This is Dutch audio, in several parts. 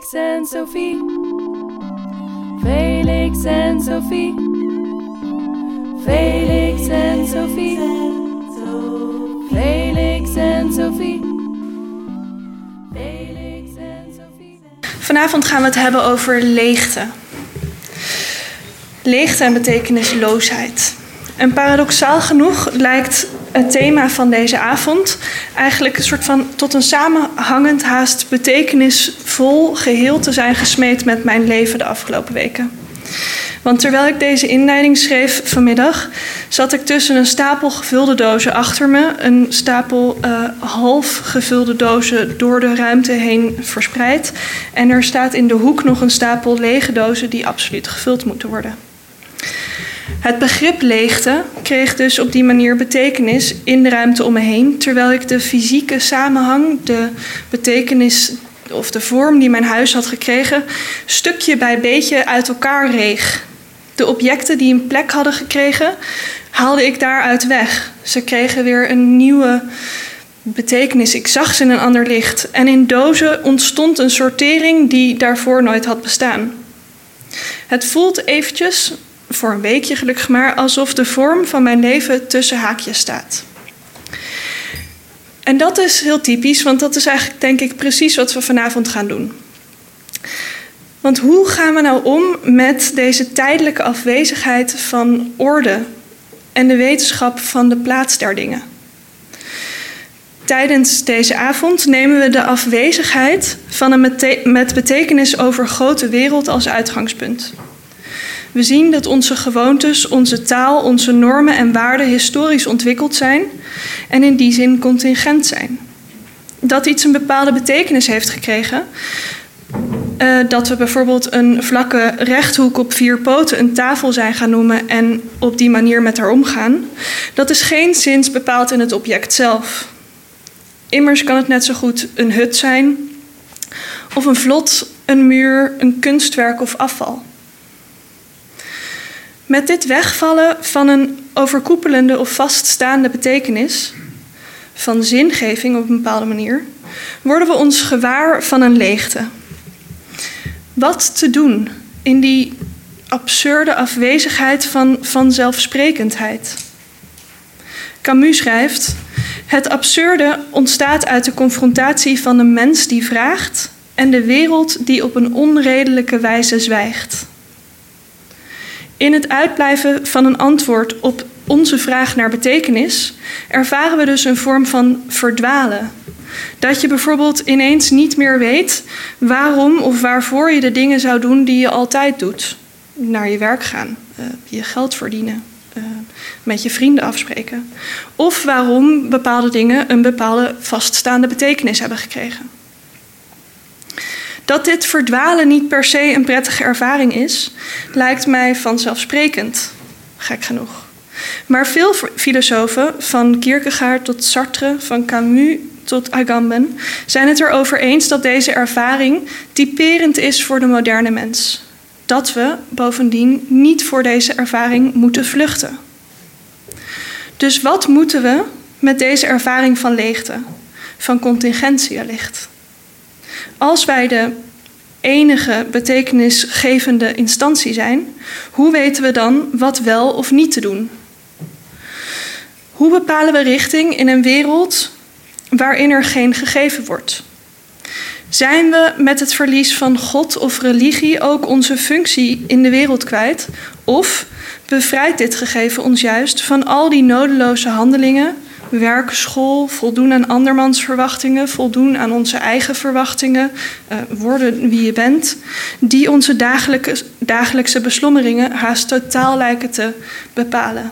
Felix en Sophie. Felix en Sophie. Felix en Sophie. Felix en Sophie. Felix en Sophie. Vanavond gaan we het hebben over leegte. Leegte en betekenisloosheid. En paradoxaal genoeg lijkt het thema van deze avond eigenlijk een soort van tot een samenhangend, haast betekenisvol geheel te zijn gesmeed met mijn leven de afgelopen weken. Want terwijl ik deze inleiding schreef vanmiddag, zat ik tussen een stapel gevulde dozen achter me, een stapel half gevulde dozen door de ruimte heen verspreid. En er staat in de hoek nog een stapel lege dozen die absoluut gevuld moeten worden. Het begrip leegte kreeg dus op die manier betekenis in de ruimte om me heen, terwijl ik de fysieke samenhang, de betekenis of de vorm die mijn huis had gekregen, stukje bij beetje uit elkaar reeg. De objecten die een plek hadden gekregen, haalde ik daaruit weg. Ze kregen weer een nieuwe betekenis. Ik zag ze in een ander licht. En in dozen ontstond een sortering die daarvoor nooit had bestaan. Het voelt eventjes, voor een weekje gelukkig maar, alsof de vorm van mijn leven tussen haakjes staat. En dat is heel typisch, want dat is eigenlijk denk ik precies wat we vanavond gaan doen. Want hoe gaan we nou om met deze tijdelijke afwezigheid van orde en de wetenschap van de plaats der dingen? Tijdens deze avond nemen we de afwezigheid van een met betekenis overgoten wereld als uitgangspunt. We zien dat onze gewoontes, onze taal, onze normen en waarden historisch ontwikkeld zijn en in die zin contingent zijn. Dat iets een bepaalde betekenis heeft gekregen, dat we bijvoorbeeld een vlakke rechthoek op 4 poten een tafel zijn gaan noemen en op die manier met haar omgaan, dat is geenszins bepaald in het object zelf. Immers kan het net zo goed een hut zijn, of een vlot, een muur, een kunstwerk of afval. Met dit wegvallen van een overkoepelende of vaststaande betekenis, van zingeving op een bepaalde manier, worden we ons gewaar van een leegte. Wat te doen in die absurde afwezigheid van vanzelfsprekendheid? Camus schrijft: het absurde ontstaat uit de confrontatie van een mens die vraagt en de wereld die op een onredelijke wijze zwijgt. In het uitblijven van een antwoord op onze vraag naar betekenis ervaren we dus een vorm van verdwalen. Dat je bijvoorbeeld ineens niet meer weet waarom of waarvoor je de dingen zou doen die je altijd doet. Naar je werk gaan, je geld verdienen, met je vrienden afspreken. Of waarom bepaalde dingen een bepaalde vaststaande betekenis hebben gekregen. Dat dit verdwalen niet per se een prettige ervaring is, lijkt mij vanzelfsprekend, gek genoeg. Maar veel filosofen, van Kierkegaard tot Sartre, van Camus tot Agamben, zijn het erover eens dat deze ervaring typerend is voor de moderne mens. Dat we bovendien niet voor deze ervaring moeten vluchten. Dus wat moeten we met deze ervaring van leegte, van contingentie wellicht? Als wij de enige betekenisgevende instantie zijn, hoe weten we dan wat wel of niet te doen? Hoe bepalen we richting in een wereld waarin er geen gegeven wordt? Zijn we met het verlies van God of religie ook onze functie in de wereld kwijt? Of bevrijdt dit gegeven ons juist van al die nodeloze handelingen, werk, school, voldoen aan andermans verwachtingen, voldoen aan onze eigen verwachtingen, worden wie je bent, die onze dagelijkse beslommeringen haast totaal lijken te bepalen?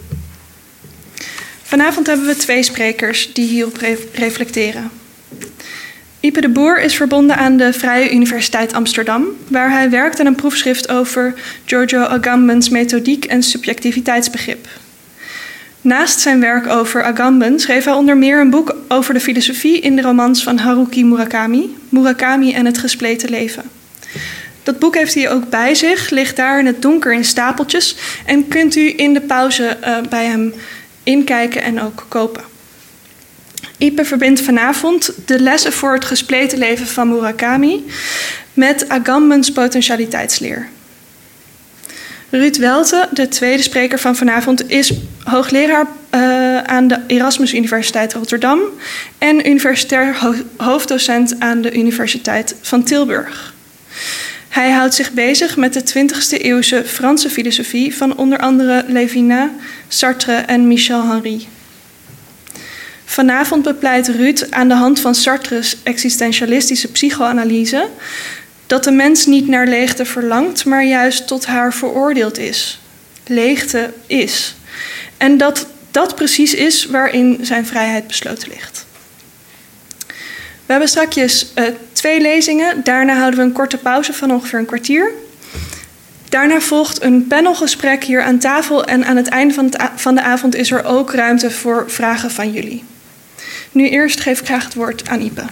Vanavond hebben we 2 sprekers die hierop reflecteren. Ipe de Boer is verbonden aan de Vrije Universiteit Amsterdam, waar hij werkt aan een proefschrift over Giorgio Agamben's methodiek en subjectiviteitsbegrip. Naast zijn werk over Agamben schreef hij onder meer een boek over de filosofie in de romans van Haruki Murakami, Murakami en het gespleten leven. Dat boek heeft hij ook bij zich, ligt daar in het donker in stapeltjes en kunt u in de pauze bij hem inkijken en ook kopen. Ipe verbindt vanavond de lessen voor het gespleten leven van Murakami met Agamben's potentialiteitsleer. Ruud Welte, de tweede spreker van vanavond, is hoogleraar aan de Erasmus Universiteit Rotterdam en universitair hoofddocent aan de Universiteit van Tilburg. Hij houdt zich bezig met de 20e eeuwse Franse filosofie van onder andere Lévinas, Sartre en Michel Henry. Vanavond bepleit Ruud aan de hand van Sartre's existentialistische psychoanalyse dat de mens niet naar leegte verlangt, maar juist tot haar veroordeeld is. Leegte is. En dat dat precies is waarin zijn vrijheid besloten ligt. We hebben straks 2 lezingen. Daarna houden we een korte pauze van ongeveer een kwartier. Daarna volgt een panelgesprek hier aan tafel. En aan het einde van de avond is er ook ruimte voor vragen van jullie. Nu eerst geef ik graag het woord aan Ipe.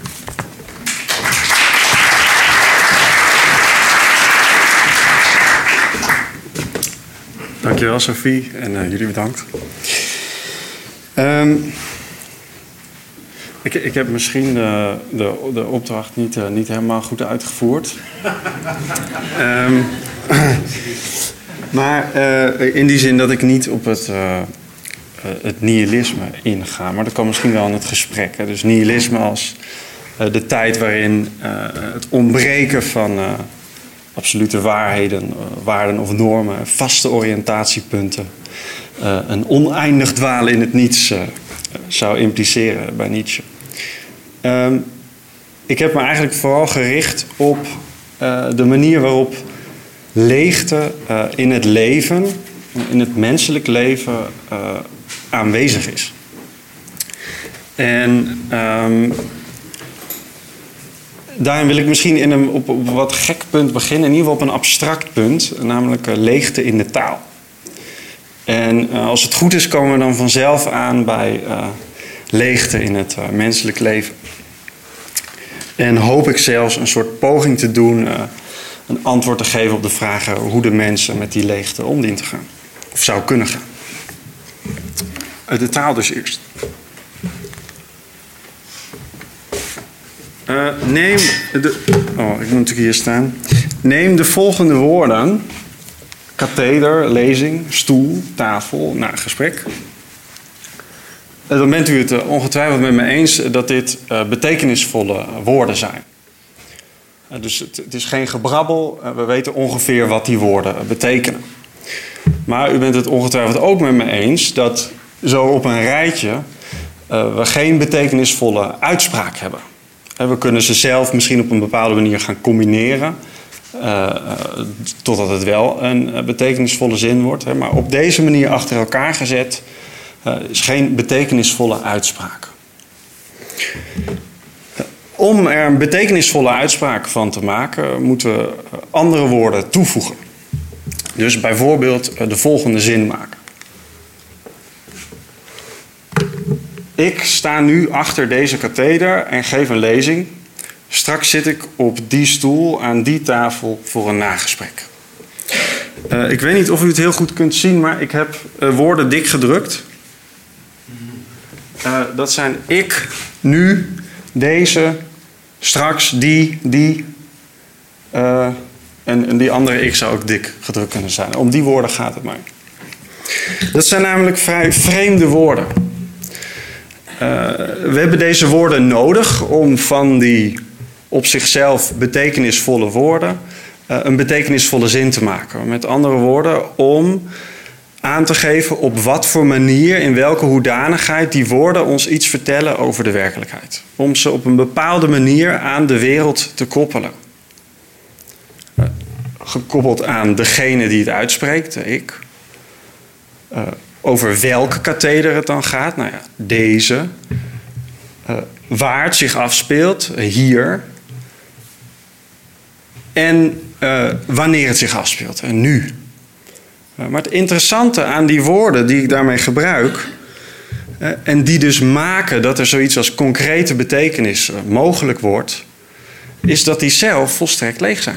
Dankjewel Sophie en jullie bedankt. Ik heb misschien de opdracht niet helemaal goed uitgevoerd. Maar in die zin dat ik niet op het nihilisme inga. Maar dat kan misschien wel in het gesprek. Hè. Dus nihilisme als de tijd waarin het ontbreken van absolute waarden of normen, vaste oriëntatiepunten, een oneindig dwalen in het niets zou impliceren bij Nietzsche. Ik heb me eigenlijk vooral gericht op de manier waarop leegte in het leven, in het menselijk leven, aanwezig is. En daarin wil ik misschien op een wat gek punt beginnen, in ieder geval op een abstract punt, namelijk leegte in de taal. En als het goed is komen we dan vanzelf aan bij leegte in het menselijk leven. En hoop ik zelfs een soort poging te doen, een antwoord te geven op de vraag hoe de mensen met die leegte om dient te gaan. Of zou kunnen gaan. De taal dus eerst. Ik moet natuurlijk hier staan. Neem de volgende woorden. Katheder, lezing, stoel, tafel, gesprek. Dan bent u het ongetwijfeld met me eens dat dit betekenisvolle woorden zijn. Dus het is geen gebrabbel. We weten ongeveer wat die woorden betekenen. Maar u bent het ongetwijfeld ook met me eens dat zo op een rijtje we geen betekenisvolle uitspraak hebben. We kunnen ze zelf misschien op een bepaalde manier gaan combineren. Totdat het wel een betekenisvolle zin wordt. Maar op deze manier achter elkaar gezet is geen betekenisvolle uitspraak. Om er een betekenisvolle uitspraak van te maken, moeten we andere woorden toevoegen. Dus bijvoorbeeld de volgende zin maken. Ik sta nu achter deze katheder en geef een lezing. Straks zit ik op die stoel aan die tafel voor een nagesprek. Ik weet niet of u het heel goed kunt zien, maar ik heb woorden dik gedrukt. Dat zijn ik, nu, deze, straks, die. En die andere ik zou ook dik gedrukt kunnen zijn. Om die woorden gaat het mij. Dat zijn namelijk vrij vreemde woorden. We hebben deze woorden nodig om van die op zichzelf betekenisvolle woorden een betekenisvolle zin te maken. Met andere woorden, om aan te geven op wat voor manier, in welke hoedanigheid die woorden ons iets vertellen over de werkelijkheid. Om ze op een bepaalde manier aan de wereld te koppelen. Gekoppeld aan degene die het uitspreekt, ik. Over welke katheder het dan gaat. Nou ja, deze. Waar het zich afspeelt, hier. En wanneer het zich afspeelt, en nu. Maar het interessante aan die woorden die ik daarmee gebruik, en die dus maken dat er zoiets als concrete betekenis mogelijk wordt, is dat die zelf volstrekt leeg zijn.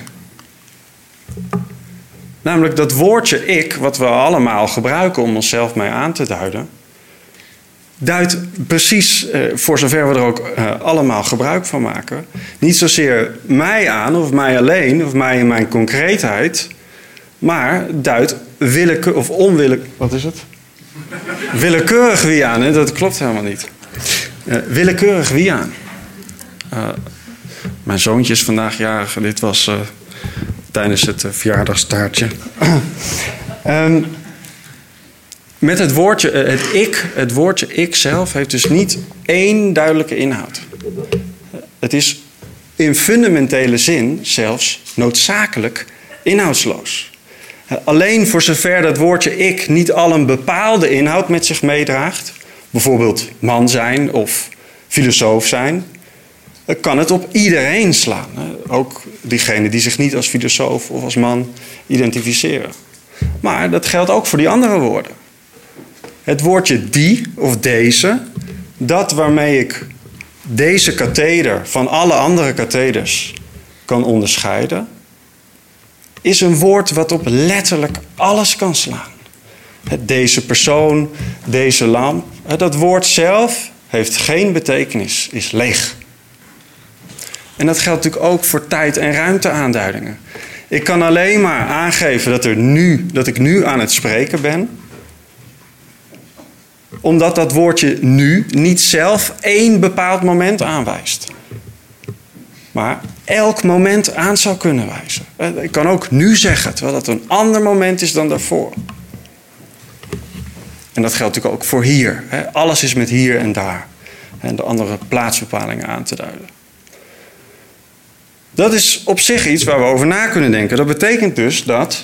Namelijk dat woordje ik, wat we allemaal gebruiken om onszelf mee aan te duiden, duidt precies, voor zover we er ook allemaal gebruik van maken, niet zozeer mij aan of mij alleen of mij in mijn concreetheid, maar duidt willekeurig of onwillekeurig. Wat is het? Willekeurig wie aan, hè? Dat klopt helemaal niet. Willekeurig wie aan. Mijn zoontje is vandaag jarig. Dit was tijdens het verjaardagstaartje. Met het woordje het woordje ik zelf heeft dus niet één duidelijke inhoud. Het is in fundamentele zin zelfs noodzakelijk inhoudsloos. Alleen voor zover dat woordje ik niet al een bepaalde inhoud met zich meedraagt, bijvoorbeeld man zijn of filosoof zijn, kan het op iedereen slaan. Ook diegenen die zich niet als filosoof of als man identificeren. Maar dat geldt ook voor die andere woorden. Het woordje die of deze, dat waarmee ik deze katheder van alle andere katheders kan onderscheiden, is een woord wat op letterlijk alles kan slaan. Deze persoon, deze lamp. Dat woord zelf heeft geen betekenis, is leeg. En dat geldt natuurlijk ook voor tijd- en ruimteaanduidingen. Ik kan alleen maar aangeven dat ik nu aan het spreken ben, omdat dat woordje nu niet zelf één bepaald moment aanwijst. Maar elk moment aan zou kunnen wijzen. Ik kan ook nu zeggen, terwijl dat een ander moment is dan daarvoor. En dat geldt natuurlijk ook voor hier. Alles is met hier en daar. En de andere plaatsbepalingen aan te duiden. Dat is op zich iets waar we over na kunnen denken. Dat betekent dus dat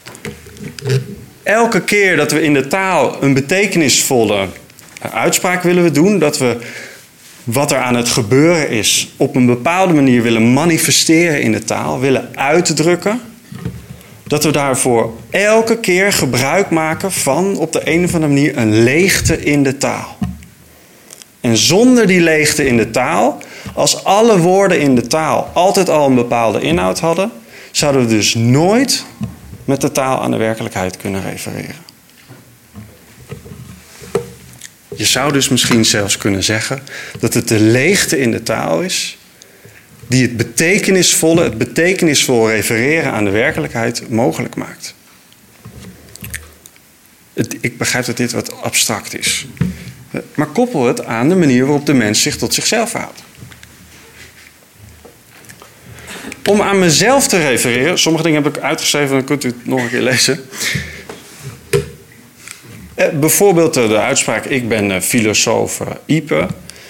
elke keer dat we in de taal een betekenisvolle uitspraak willen doen, dat we wat er aan het gebeuren is op een bepaalde manier willen manifesteren in de taal, willen uitdrukken, dat we daarvoor elke keer gebruik maken van op de een of andere manier een leegte in de taal. En zonder die leegte in de taal, als alle woorden in de taal altijd al een bepaalde inhoud hadden, zouden we dus nooit met de taal aan de werkelijkheid kunnen refereren. Je zou dus misschien zelfs kunnen zeggen dat het de leegte in de taal is die het betekenisvol refereren aan de werkelijkheid mogelijk maakt. Ik begrijp dat dit wat abstract is. Maar koppel het aan de manier waarop de mens zich tot zichzelf verhoudt. Om aan mezelf te refereren, sommige dingen heb ik uitgeschreven, dan kunt u het nog een keer lezen. Bijvoorbeeld de uitspraak, ik ben filosoof Ype.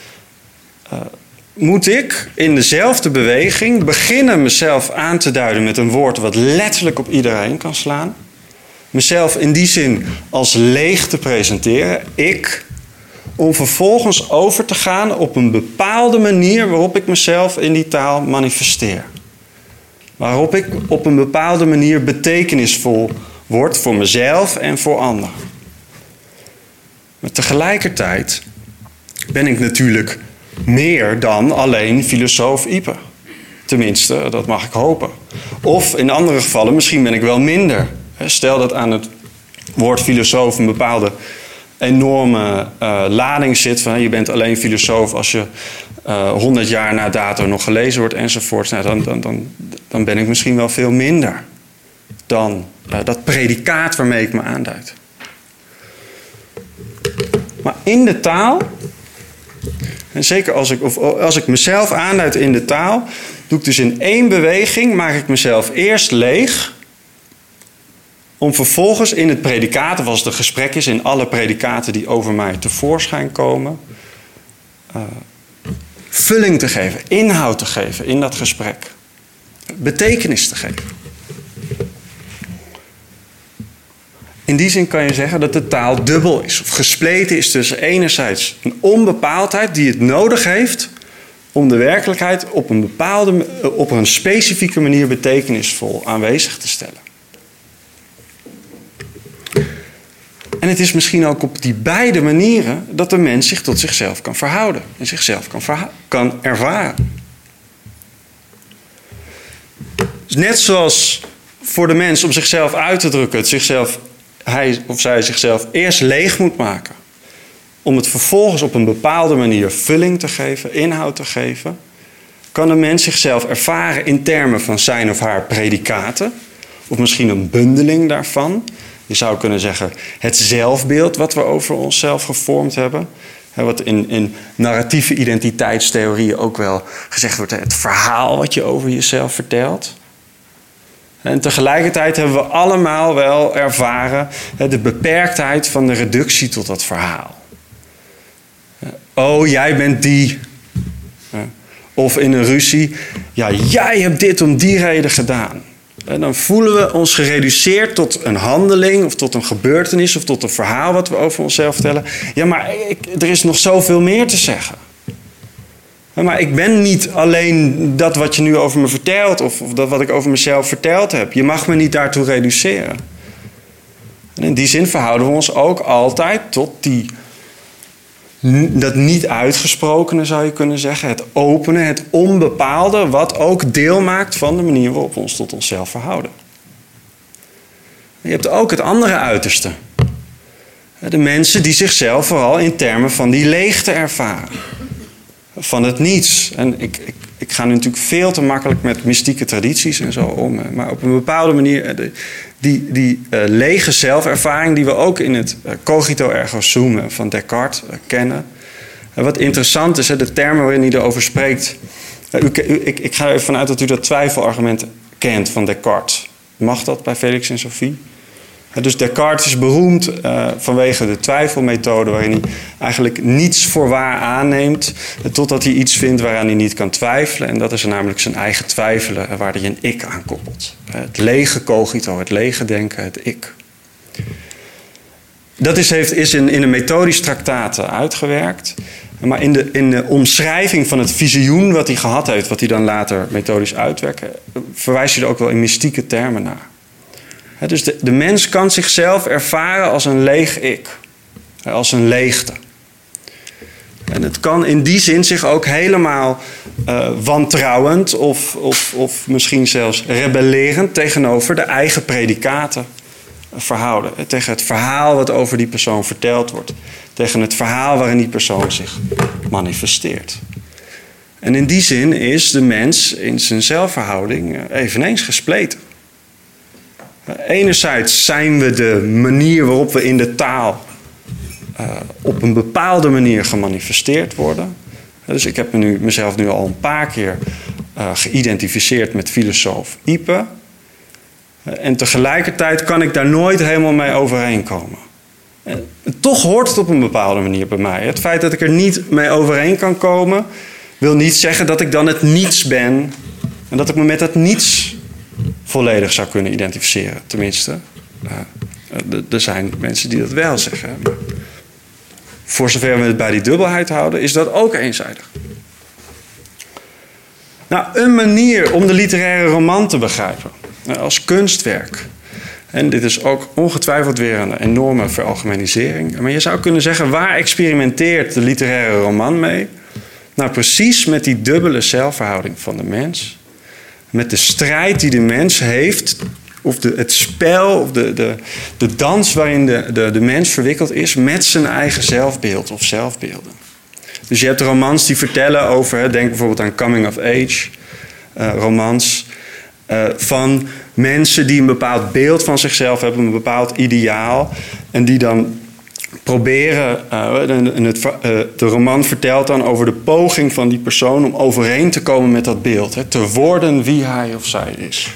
Moet ik in dezelfde beweging beginnen mezelf aan te duiden met een woord wat letterlijk op iedereen kan slaan. Mezelf in die zin als leeg te presenteren, ik, om vervolgens over te gaan op een bepaalde manier waarop ik mezelf in die taal manifesteer. Waarop ik op een bepaalde manier betekenisvol word voor mezelf en voor anderen. Maar tegelijkertijd ben ik natuurlijk meer dan alleen filosoof Ype. Tenminste, dat mag ik hopen. Of in andere gevallen, misschien ben ik wel minder. Stel dat aan het woord filosoof een bepaalde enorme lading zit. Van, je bent alleen filosoof als je 100 jaar na dato nog gelezen wordt enzovoort. Nou, dan ben ik misschien wel veel minder dan dat predicaat waarmee ik me aanduid. Maar in de taal, en zeker als ik mezelf aanduid in de taal, doe ik dus in één beweging, maak ik mezelf eerst leeg, om vervolgens in het predicaat, of als het een gesprek is, in alle predicaten die over mij tevoorschijn komen, vulling te geven, inhoud te geven in dat gesprek. Betekenis te geven. In die zin kan je zeggen dat de taal dubbel is, of gespleten is tussen enerzijds een onbepaaldheid die het nodig heeft om de werkelijkheid op een specifieke manier betekenisvol aanwezig te stellen. En het is misschien ook op die beide manieren dat de mens zich tot zichzelf kan verhouden en zichzelf kan ervaren. Dus net zoals voor de mens om zichzelf uit te drukken, hij of zij zichzelf eerst leeg moet maken om het vervolgens op een bepaalde manier vulling te geven, inhoud te geven, kan de mens zichzelf ervaren in termen van zijn of haar predicaten, of misschien een bundeling daarvan. Je zou kunnen zeggen het zelfbeeld wat we over onszelf gevormd hebben. Wat in narratieve identiteitstheorieën ook wel gezegd wordt, het verhaal wat je over jezelf vertelt. En tegelijkertijd hebben we allemaal wel ervaren de beperktheid van de reductie tot dat verhaal. Oh, jij bent die. Of in een ruzie, ja, jij hebt dit om die reden gedaan. En dan voelen we ons gereduceerd tot een handeling of tot een gebeurtenis of tot een verhaal wat we over onszelf vertellen. Ja, maar er is nog zoveel meer te zeggen. Maar ik ben niet alleen dat wat je nu over me vertelt of dat wat ik over mezelf verteld heb. Je mag me niet daartoe reduceren. En in die zin verhouden we ons ook altijd tot dat niet uitgesprokene, zou je kunnen zeggen. Het opene, het onbepaalde, wat ook deel maakt van de manier waarop we ons tot onszelf verhouden. Je hebt ook het andere uiterste. De mensen die zichzelf vooral in termen van die leegte ervaren. Van het niets. En ik ga nu natuurlijk veel te makkelijk met mystieke tradities en zo om. Maar op een bepaalde manier, die lege zelfervaring die we ook in het cogito ergo sum van Descartes kennen. Wat interessant is, de termen waarin hij erover spreekt. Ik ga er even vanuit dat u dat twijfelargument kent van Descartes. Mag dat bij Felix en Sophie? Dus Descartes is beroemd vanwege de twijfelmethode waarin hij eigenlijk niets voor waar aanneemt totdat hij iets vindt waaraan hij niet kan twijfelen. En dat is namelijk zijn eigen twijfelen waar hij een ik aan koppelt. Het lege cogito, het lege denken, het ik. Dat is in een methodisch traktaat uitgewerkt. Maar in de omschrijving van het visioen wat hij gehad heeft, wat hij dan later methodisch uitwerkt, verwijst hij er ook wel in mystieke termen naar. Dus de mens kan zichzelf ervaren als een leeg ik. Als een leegte. En het kan in die zin zich ook helemaal wantrouwend of misschien zelfs rebellerend tegenover de eigen predicaten verhouden. Tegen het verhaal wat over die persoon verteld wordt. Tegen het verhaal waarin die persoon zich manifesteert. En in die zin is de mens in zijn zelfverhouding eveneens gespleten. Enerzijds zijn we de manier waarop we in de taal op een bepaalde manier gemanifesteerd worden. Dus ik heb mezelf nu al een paar keer geïdentificeerd met filosoof Ype. En tegelijkertijd kan ik daar nooit helemaal mee overeenkomen. Toch hoort het op een bepaalde manier bij mij. Het feit dat ik er niet mee overeen kan komen, wil niet zeggen dat ik dan het niets ben. En dat ik me met dat niets volledig zou kunnen identificeren. Tenminste, er zijn mensen die dat wel zeggen. Maar voor zover we het bij die dubbelheid houden, is dat ook eenzijdig. Nou, een manier om de literaire roman te begrijpen, als kunstwerk. En dit is ook ongetwijfeld weer een enorme veralgemenisering. Maar je zou kunnen zeggen, waar experimenteert de literaire roman mee? Nou, precies met die dubbele zelfverhouding van de mens. Met de strijd die de mens heeft, of het spel, of de dans waarin de mens verwikkeld is met zijn eigen zelfbeeld of zelfbeelden. Dus je hebt romans die vertellen over, denk bijvoorbeeld aan coming-of-age romans, van mensen die een bepaald beeld van zichzelf hebben, een bepaald ideaal, en die dan proberen, de roman vertelt dan over de poging van die persoon om overeen te komen met dat beeld. Te worden wie hij of zij is.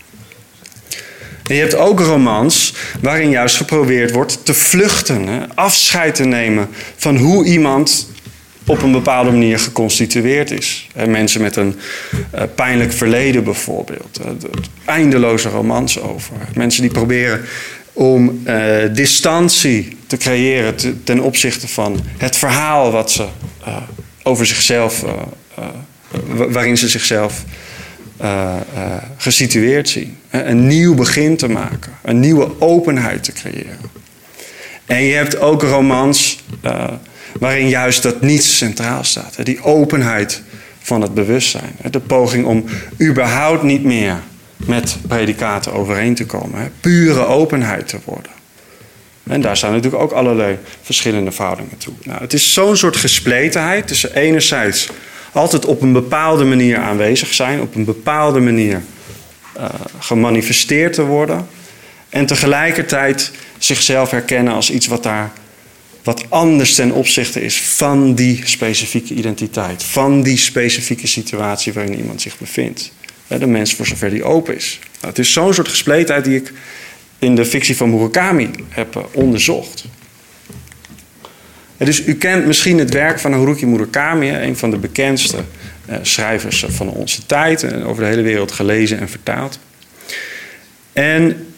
En je hebt ook romans waarin juist geprobeerd wordt te vluchten. Afscheid te nemen van hoe iemand op een bepaalde manier geconstitueerd is. Mensen met een pijnlijk verleden bijvoorbeeld. Eindeloze romans over. Mensen die proberen om distantie te creëren ten opzichte van het verhaal wat ze over zichzelf, waarin ze zichzelf gesitueerd zien. Een nieuw begin te maken, een nieuwe openheid te creëren. En je hebt ook romans waarin juist dat niets centraal staat. Die openheid van het bewustzijn. De poging om überhaupt niet meer met predicaten overeen te komen. Pure openheid te worden. En daar staan natuurlijk ook allerlei verschillende verhoudingen toe. Nou, het is zo'n soort gespletenheid tussen enerzijds altijd op een bepaalde manier aanwezig zijn, op een bepaalde manier gemanifesteerd te worden, en tegelijkertijd zichzelf herkennen als iets wat anders ten opzichte is van die specifieke identiteit, van die specifieke situatie waarin iemand zich bevindt. De mens voor zover die open is. Nou, het is zo'n soort gespletenheid die ik in de fictie van Murakami heb onderzocht. Dus u kent misschien het werk van Haruki Murakami, een van de bekendste schrijvers van onze tijd, over de hele wereld gelezen en vertaald. En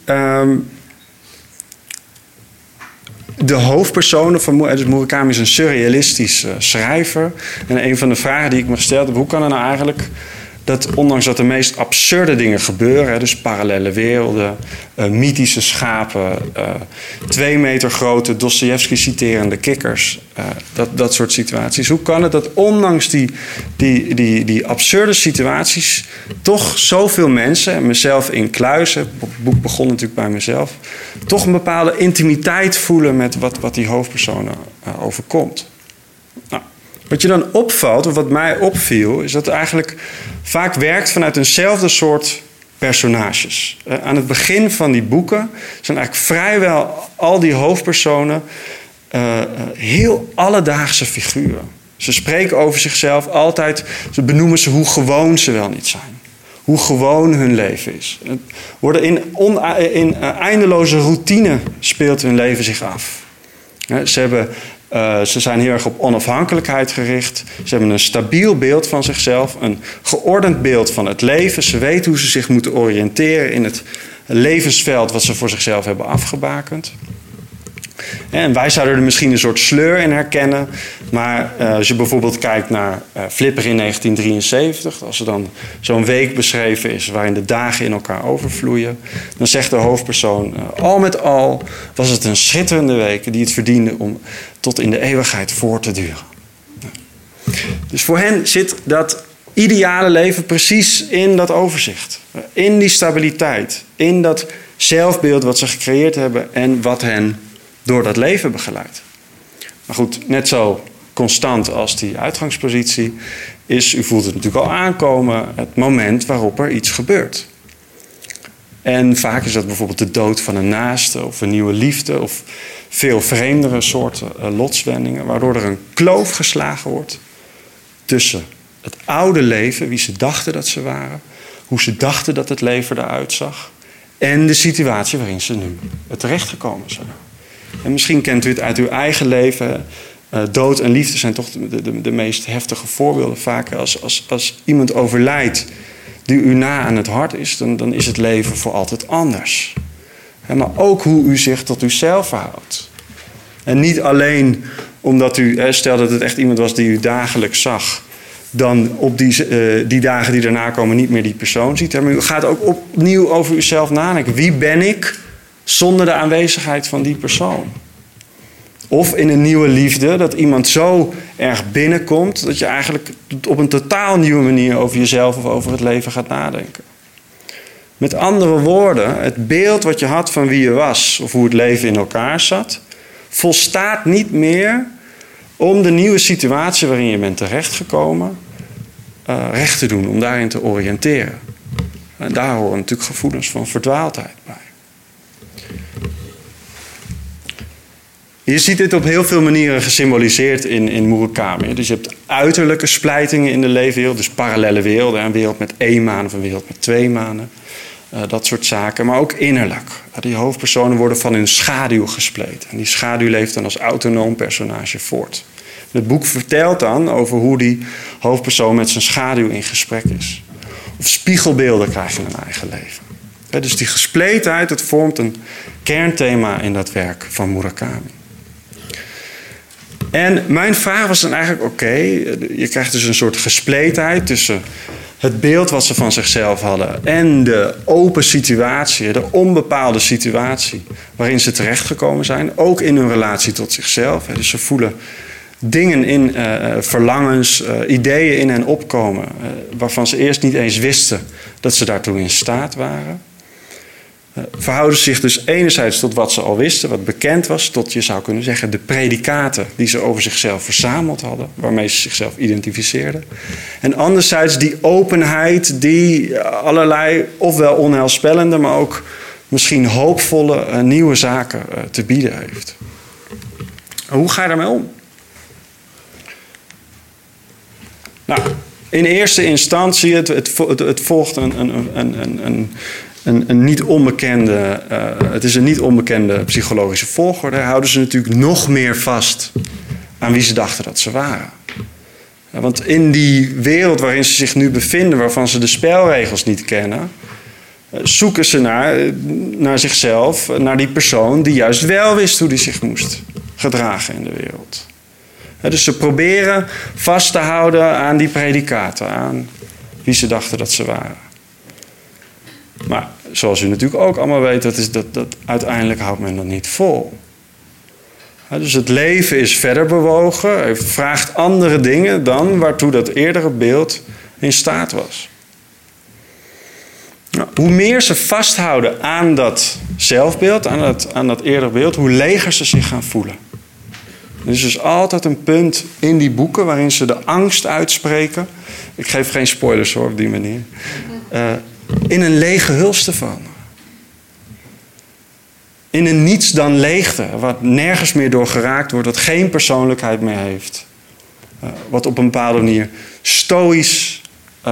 de hoofdpersonen van Murakami is een surrealistisch schrijver. En een van de vragen die ik me gesteld heb, hoe kan het nou eigenlijk dat ondanks dat de meest absurde dingen gebeuren, dus parallele werelden, mythische schapen, 2 meter grote Dostojevski citerende kikkers, dat soort situaties. Hoe kan het dat ondanks die absurde situaties toch zoveel mensen, en mezelf incluis, het boek begon natuurlijk bij mezelf, toch een bepaalde intimiteit voelen met wat die hoofdpersonen overkomt? Nou, wat je dan opvalt, of wat mij opviel, is dat het eigenlijk vaak werkt vanuit eenzelfde soort personages. Aan het begin van die boeken zijn eigenlijk vrijwel al die hoofdpersonen heel alledaagse figuren. Ze spreken over zichzelf altijd, ze benoemen ze hoe gewoon ze wel niet zijn. Hoe gewoon hun leven is. Worden in eindeloze routine speelt hun leven zich af. Ze zijn heel erg op onafhankelijkheid gericht. Ze hebben een stabiel beeld van zichzelf. Een geordend beeld van het leven. Ze weten hoe ze zich moeten oriënteren in het levensveld wat ze voor zichzelf hebben afgebakend. En wij zouden er misschien een soort sleur in herkennen. Maar als je bijvoorbeeld kijkt naar Flipper in 1973... als er dan zo'n week beschreven is waarin de dagen in elkaar overvloeien, dan zegt de hoofdpersoon, al met al was het een schitterende week die het verdiende om tot in de eeuwigheid voor te duren. Dus voor hen zit dat ideale leven precies in dat overzicht. In die stabiliteit. In dat zelfbeeld wat ze gecreëerd hebben en wat hen door dat leven begeleidt. Maar goed, net zo constant als die uitgangspositie is, u voelt het natuurlijk al aankomen, het moment waarop er iets gebeurt. En vaak is dat bijvoorbeeld de dood van een naaste of een nieuwe liefde of veel vreemdere soorten lotswendingen, waardoor er een kloof geslagen wordt tussen het oude leven, wie ze dachten dat ze waren, hoe ze dachten dat het leven eruit zag, en de situatie waarin ze nu terechtgekomen zijn. En misschien kent u het uit uw eigen leven. Dood en liefde zijn toch de meest heftige voorbeelden. Vaak als iemand overlijdt die u na aan het hart is, dan is het leven voor altijd anders. Maar ook hoe u zich tot uzelf verhoudt. En niet alleen omdat u, stel dat het echt iemand was die u dagelijks zag, dan op die dagen die daarna komen niet meer die persoon ziet. Maar u gaat ook opnieuw over uzelf nadenken. Wie ben ik zonder de aanwezigheid van die persoon? Of in een nieuwe liefde, dat iemand zo erg binnenkomt dat je eigenlijk op een totaal nieuwe manier over jezelf of over het leven gaat nadenken. Met andere woorden, het beeld wat je had van wie je was of hoe het leven in elkaar zat, volstaat niet meer om de nieuwe situatie waarin je bent terechtgekomen recht te doen, om daarin te oriënteren. En daar horen natuurlijk gevoelens van verdwaaldheid bij. Je ziet dit op heel veel manieren gesymboliseerd in Murakami. Dus je hebt uiterlijke splijtingen in de leefwereld, dus parallele werelden, een wereld met 1 maan of een wereld met 2 manen. Dat soort zaken, maar ook innerlijk. Die hoofdpersonen worden van hun schaduw gespleten. En die schaduw leeft dan als autonoom personage voort. Het boek vertelt dan over hoe die hoofdpersoon met zijn schaduw in gesprek is. Of spiegelbeelden krijgt in hun eigen leven. Dus die gespletenheid, dat vormt een kernthema in dat werk van Murakami. En mijn vraag was dan eigenlijk, oké, je krijgt dus een soort gespletenheid tussen het beeld wat ze van zichzelf hadden en de open situatie, de onbepaalde situatie waarin ze terechtgekomen zijn. Ook in hun relatie tot zichzelf. Dus ze voelen dingen in, verlangens, ideeën in hen opkomen, waarvan ze eerst niet eens wisten dat ze daartoe in staat waren. verhouden ze zich dus enerzijds tot wat ze al wisten, wat bekend was, tot, je zou kunnen zeggen, de predicaten die ze over zichzelf verzameld hadden, waarmee ze zichzelf identificeerden. En anderzijds die openheid die allerlei, ofwel onheilspellende, maar ook misschien hoopvolle nieuwe zaken te bieden heeft. Hoe ga je daarmee om? Nou, in eerste instantie, het volgt een niet onbekende, het is een niet onbekende psychologische volgorde. Houden ze natuurlijk nog meer vast aan wie ze dachten dat ze waren. Want in die wereld waarin ze zich nu bevinden, waarvan ze de spelregels niet kennen, zoeken ze naar zichzelf, naar die persoon die juist wel wist hoe die zich moest gedragen in de wereld. Dus ze proberen vast te houden aan die predicaten, aan wie ze dachten dat ze waren. Maar zoals u natuurlijk ook allemaal weet, dat uiteindelijk houdt men dat niet vol. Dus het leven is verder bewogen, het vraagt andere dingen dan waartoe dat eerdere beeld in staat was. Nou, hoe meer ze vasthouden aan dat zelfbeeld, aan dat eerdere beeld, hoe leger ze zich gaan voelen. Er is dus altijd een punt in die boeken waarin ze de angst uitspreken. Ik geef geen spoilers hoor, op die manier. In een lege huls te vallen. In een niets dan leegte, wat nergens meer door geraakt wordt, wat geen persoonlijkheid meer heeft. Wat op een bepaalde manier stoïsch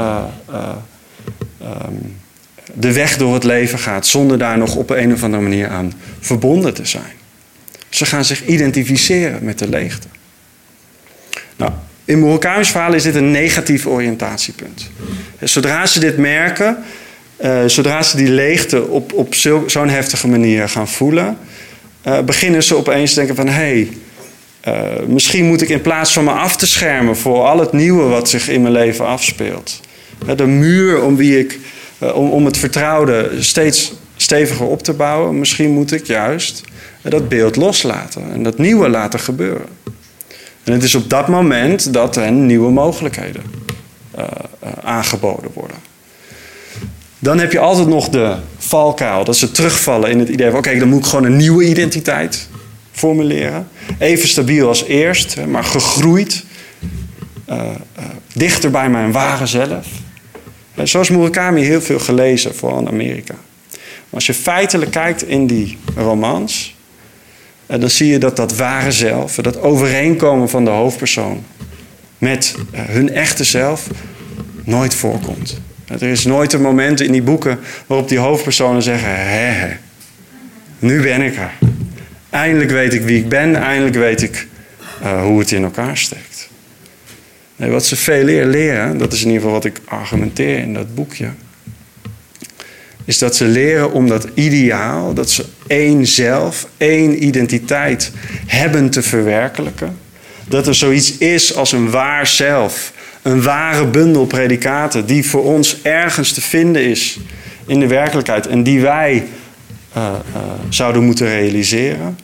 de weg door het leven gaat, zonder daar nog op een of andere manier aan verbonden te zijn. Ze gaan zich identificeren met de leegte. Nou, in Murakami's verhaal is dit een negatief oriëntatiepunt. Zodra ze dit merken, zodra ze die leegte op zo'n heftige manier gaan voelen, beginnen ze opeens te denken van misschien moet ik in plaats van me af te schermen voor al het nieuwe wat zich in mijn leven afspeelt. De muur om het vertrouwde steeds steviger op te bouwen, misschien moet ik juist dat beeld loslaten en dat nieuwe laten gebeuren. En het is op dat moment dat hen nieuwe mogelijkheden aangeboden worden. Dan heb je altijd nog de valkuil, dat ze terugvallen in het idee van oké, dan moet ik gewoon een nieuwe identiteit formuleren. Even stabiel als eerst, maar gegroeid. Dichter bij mijn ware zelf. Zoals Murakami heel veel gelezen, vooral in Amerika. Maar als je feitelijk kijkt in die romans, dan zie je dat ware zelf, dat overeenkomen van de hoofdpersoon met hun echte zelf nooit voorkomt. Er is nooit een moment in die boeken waarop die hoofdpersonen zeggen, nu ben ik er. Eindelijk weet ik wie ik ben, eindelijk weet ik hoe het in elkaar steekt. Nee, wat ze veel leren, dat is in ieder geval wat ik argumenteer in dat boekje, is dat ze leren om dat ideaal, dat ze één zelf, één identiteit hebben te verwerkelijken. Dat er zoiets is als een waar zelf, een ware bundel predicaten die voor ons ergens te vinden is in de werkelijkheid en die wij zouden moeten realiseren.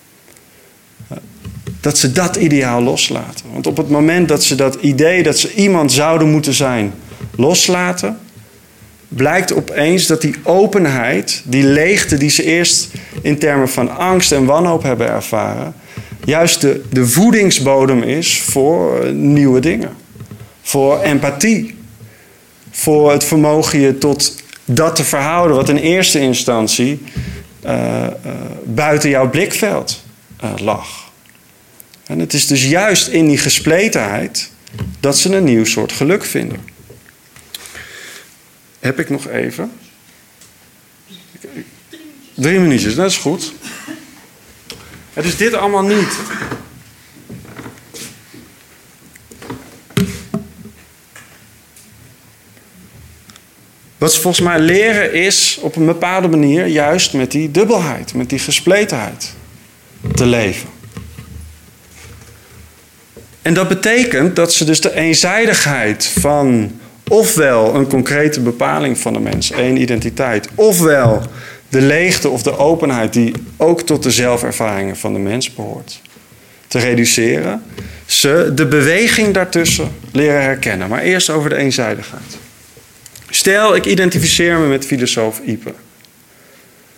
Dat ze dat ideaal loslaten. Want op het moment dat ze dat idee dat ze iemand zouden moeten zijn loslaten, blijkt opeens dat die openheid, die leegte die ze eerst in termen van angst en wanhoop hebben ervaren, juist de voedingsbodem is voor nieuwe dingen. Voor empathie. Voor het vermogen je tot dat te verhouden wat in eerste instantie buiten jouw blikveld lag. En het is dus juist in die gespletenheid dat ze een nieuw soort geluk vinden. Heb ik nog even? 3 minuutjes, dat is goed. Het is dit allemaal niet. Wat ze volgens mij leren is op een bepaalde manier juist met die dubbelheid, met die gespletenheid te leven. En dat betekent dat ze dus de eenzijdigheid van ofwel een concrete bepaling van de mens, één identiteit, ofwel de leegte of de openheid die ook tot de zelfervaringen van de mens behoort, te reduceren. Ze de beweging daartussen leren herkennen. Maar eerst over de eenzijdigheid. Stel, ik identificeer me met filosoof Ieper.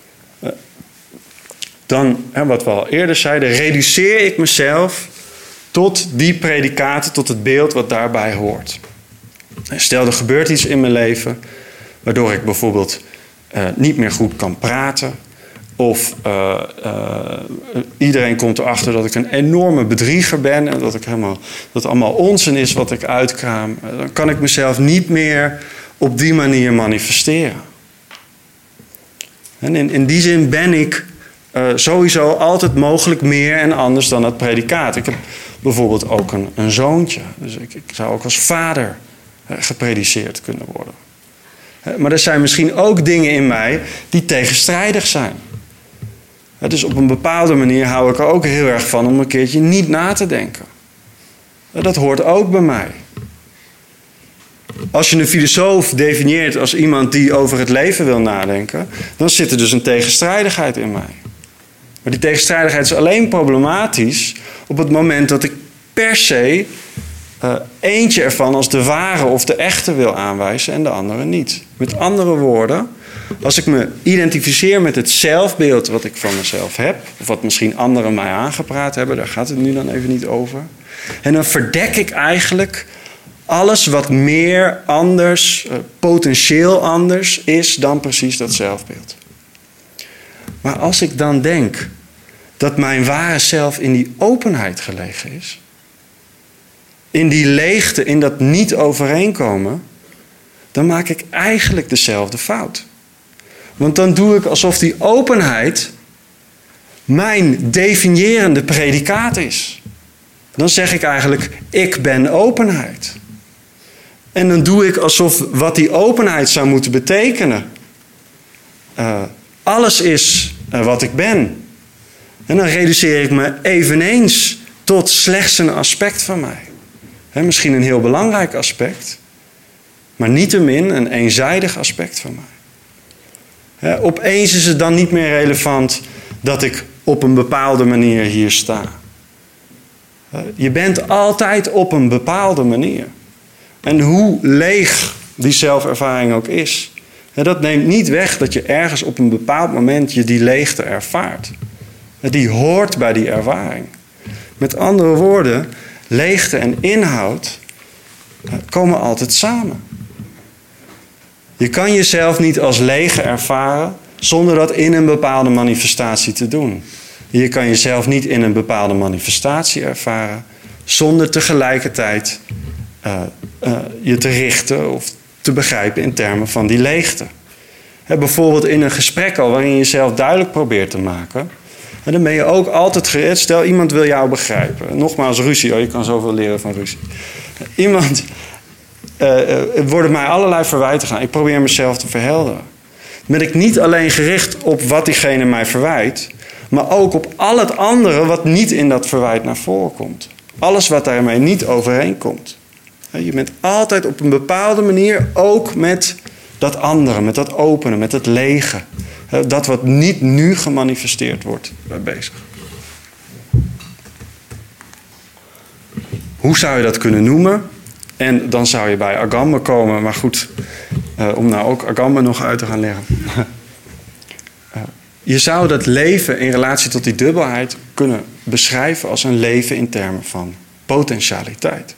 dan, wat we al eerder zeiden, reduceer ik mezelf tot die predicaten, tot het beeld wat daarbij hoort. Stel, er gebeurt iets in mijn leven waardoor ik bijvoorbeeld niet meer goed kan praten. Of iedereen komt erachter dat ik een enorme bedrieger ben en dat het allemaal onzin is wat ik uitkraam. Dan kan ik mezelf niet meer op die manier manifesteren. En in die zin ben ik sowieso altijd mogelijk meer en anders dan het predicaat. Ik heb bijvoorbeeld ook een zoontje. Dus ik zou ook als vader geprediceerd kunnen worden. Maar er zijn misschien ook dingen in mij die tegenstrijdig zijn. Dus op een bepaalde manier hou ik er ook heel erg van om een keertje niet na te denken. Dat hoort ook bij mij. Als je een filosoof definieert als iemand die over het leven wil nadenken, dan zit er dus een tegenstrijdigheid in mij. Maar die tegenstrijdigheid is alleen problematisch op het moment dat ik per se eentje ervan als de ware of de echte wil aanwijzen en de andere niet. Met andere woorden, als ik me identificeer met het zelfbeeld wat ik van mezelf heb, of wat misschien anderen mij aangepraat hebben, daar gaat het nu dan even niet over. En dan verdek ik eigenlijk alles wat meer anders, potentieel anders is dan precies dat zelfbeeld. Maar als ik dan denk dat mijn ware zelf in die openheid gelegen is, in die leegte, in dat niet overeenkomen, dan maak ik eigenlijk dezelfde fout. Want dan doe ik alsof die openheid mijn definiërende predicaat is. Dan zeg ik eigenlijk, ik ben openheid. En dan doe ik alsof wat die openheid zou moeten betekenen alles is wat ik ben. En dan reduceer ik me eveneens tot slechts een aspect van mij. Misschien een heel belangrijk aspect, maar niettemin een eenzijdig aspect van mij. Opeens is het dan niet meer relevant dat ik op een bepaalde manier hier sta. Je bent altijd op een bepaalde manier. En hoe leeg die zelfervaring ook is, dat neemt niet weg dat je ergens op een bepaald moment je die leegte ervaart. Die hoort bij die ervaring. Met andere woorden, leegte en inhoud komen altijd samen. Je kan jezelf niet als leeg ervaren zonder dat in een bepaalde manifestatie te doen. Je kan jezelf niet in een bepaalde manifestatie ervaren zonder tegelijkertijd je te richten of te begrijpen in termen van die leegte. Bijvoorbeeld in een gesprek al waarin je jezelf duidelijk probeert te maken. En dan ben je ook altijd gereed. Stel, iemand wil jou begrijpen. Nogmaals, ruzie. Je kan zoveel leren van ruzie. Er worden mij allerlei verwijten gedaan. Ik probeer mezelf te verhelderen. Dan ben ik niet alleen gericht op wat diegene mij verwijt, maar ook op al het andere wat niet in dat verwijt naar voren komt. Alles wat daarmee niet overeenkomt. Je bent altijd op een bepaalde manier ook met dat andere, met dat openen, met het lege. Dat wat niet nu gemanifesteerd wordt, bezig. Hoe zou je dat kunnen noemen? En dan zou je bij Agamben komen. Maar goed, om nou ook Agamben nog uit te gaan leggen. Je zou dat leven in relatie tot die dubbelheid kunnen beschrijven als een leven in termen van potentialiteit.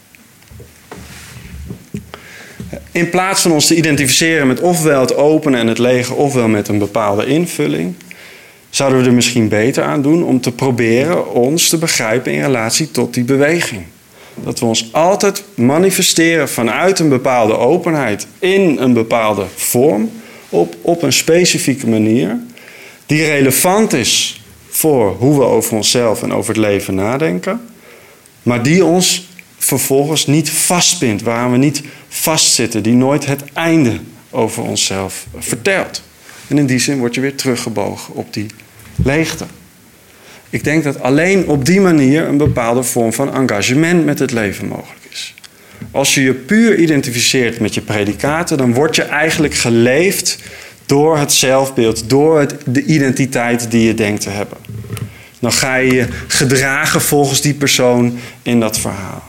In plaats van ons te identificeren met ofwel het openen en het lege, ofwel met een bepaalde invulling, zouden we er misschien beter aan doen om te proberen ons te begrijpen in relatie tot die beweging. Dat we ons altijd manifesteren vanuit een bepaalde openheid in een bepaalde vorm, op een specifieke manier, die relevant is voor hoe we over onszelf en over het leven nadenken, maar die ons vervolgens niet vastbindt, waar we niet vastzitten, die nooit het einde over onszelf vertelt. En in die zin word je weer teruggebogen op die leegte. Ik denk dat alleen op die manier een bepaalde vorm van engagement met het leven mogelijk is. Als je je puur identificeert met je predicaten, dan word je eigenlijk geleefd door het zelfbeeld, door de identiteit die je denkt te hebben. Dan ga je je gedragen volgens die persoon in dat verhaal.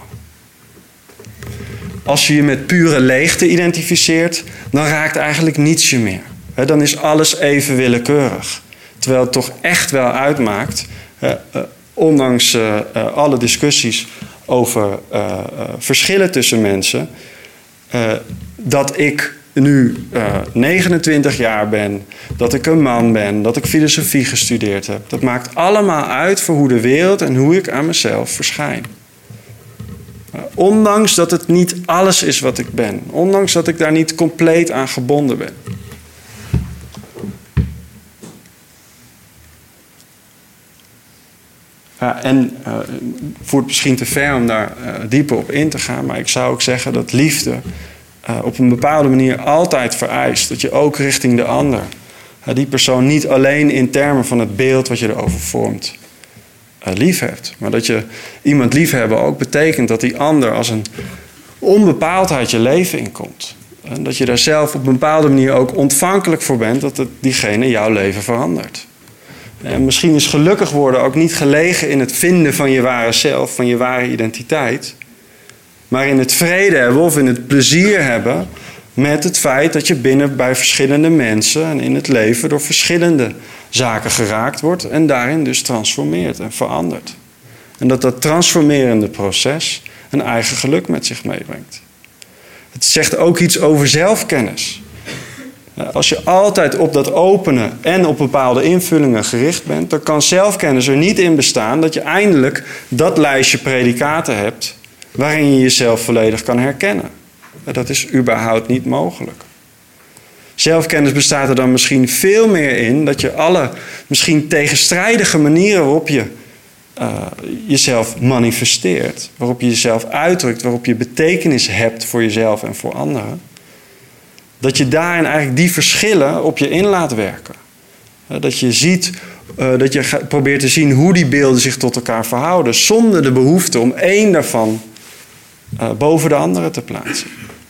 Als je je met pure leegte identificeert, dan raakt eigenlijk niets je meer. Dan is alles even willekeurig. Terwijl het toch echt wel uitmaakt, ondanks alle discussies over verschillen tussen mensen, dat ik nu 29 jaar ben, dat ik een man ben, dat ik filosofie gestudeerd heb. Dat maakt allemaal uit voor hoe de wereld en hoe ik aan mezelf verschijn. Ondanks dat het niet alles is wat ik ben. Ondanks dat ik daar niet compleet aan gebonden ben. En voert misschien te ver om daar dieper op in te gaan. Maar ik zou ook zeggen dat liefde op een bepaalde manier altijd vereist. Dat je ook richting de ander, die persoon niet alleen in termen van het beeld wat je erover vormt, lief hebt. Maar dat je iemand liefhebben ook betekent dat die ander als een onbepaaldheid je leven inkomt. En dat je daar zelf op een bepaalde manier ook ontvankelijk voor bent dat diegene jouw leven verandert. En misschien is gelukkig worden ook niet gelegen in het vinden van je ware zelf, van je ware identiteit. Maar in het vrede hebben of in het plezier hebben met het feit dat je binnen bij verschillende mensen en in het leven door verschillende zaken geraakt wordt en daarin dus transformeert en verandert. En dat transformerende proces een eigen geluk met zich meebrengt. Het zegt ook iets over zelfkennis. Als je altijd op dat openen en op bepaalde invullingen gericht bent, dan kan zelfkennis er niet in bestaan dat je eindelijk dat lijstje predicaten hebt waarin je jezelf volledig kan herkennen. Dat is überhaupt niet mogelijk. Zelfkennis bestaat er dan misschien veel meer in dat je alle misschien tegenstrijdige manieren waarop je jezelf manifesteert, waarop je jezelf uitdrukt, waarop je betekenis hebt voor jezelf en voor anderen, dat je daarin eigenlijk die verschillen op je in laat werken. Dat je ziet, dat je probeert te zien hoe die beelden zich tot elkaar verhouden, zonder de behoefte om één daarvan boven de andere te plaatsen.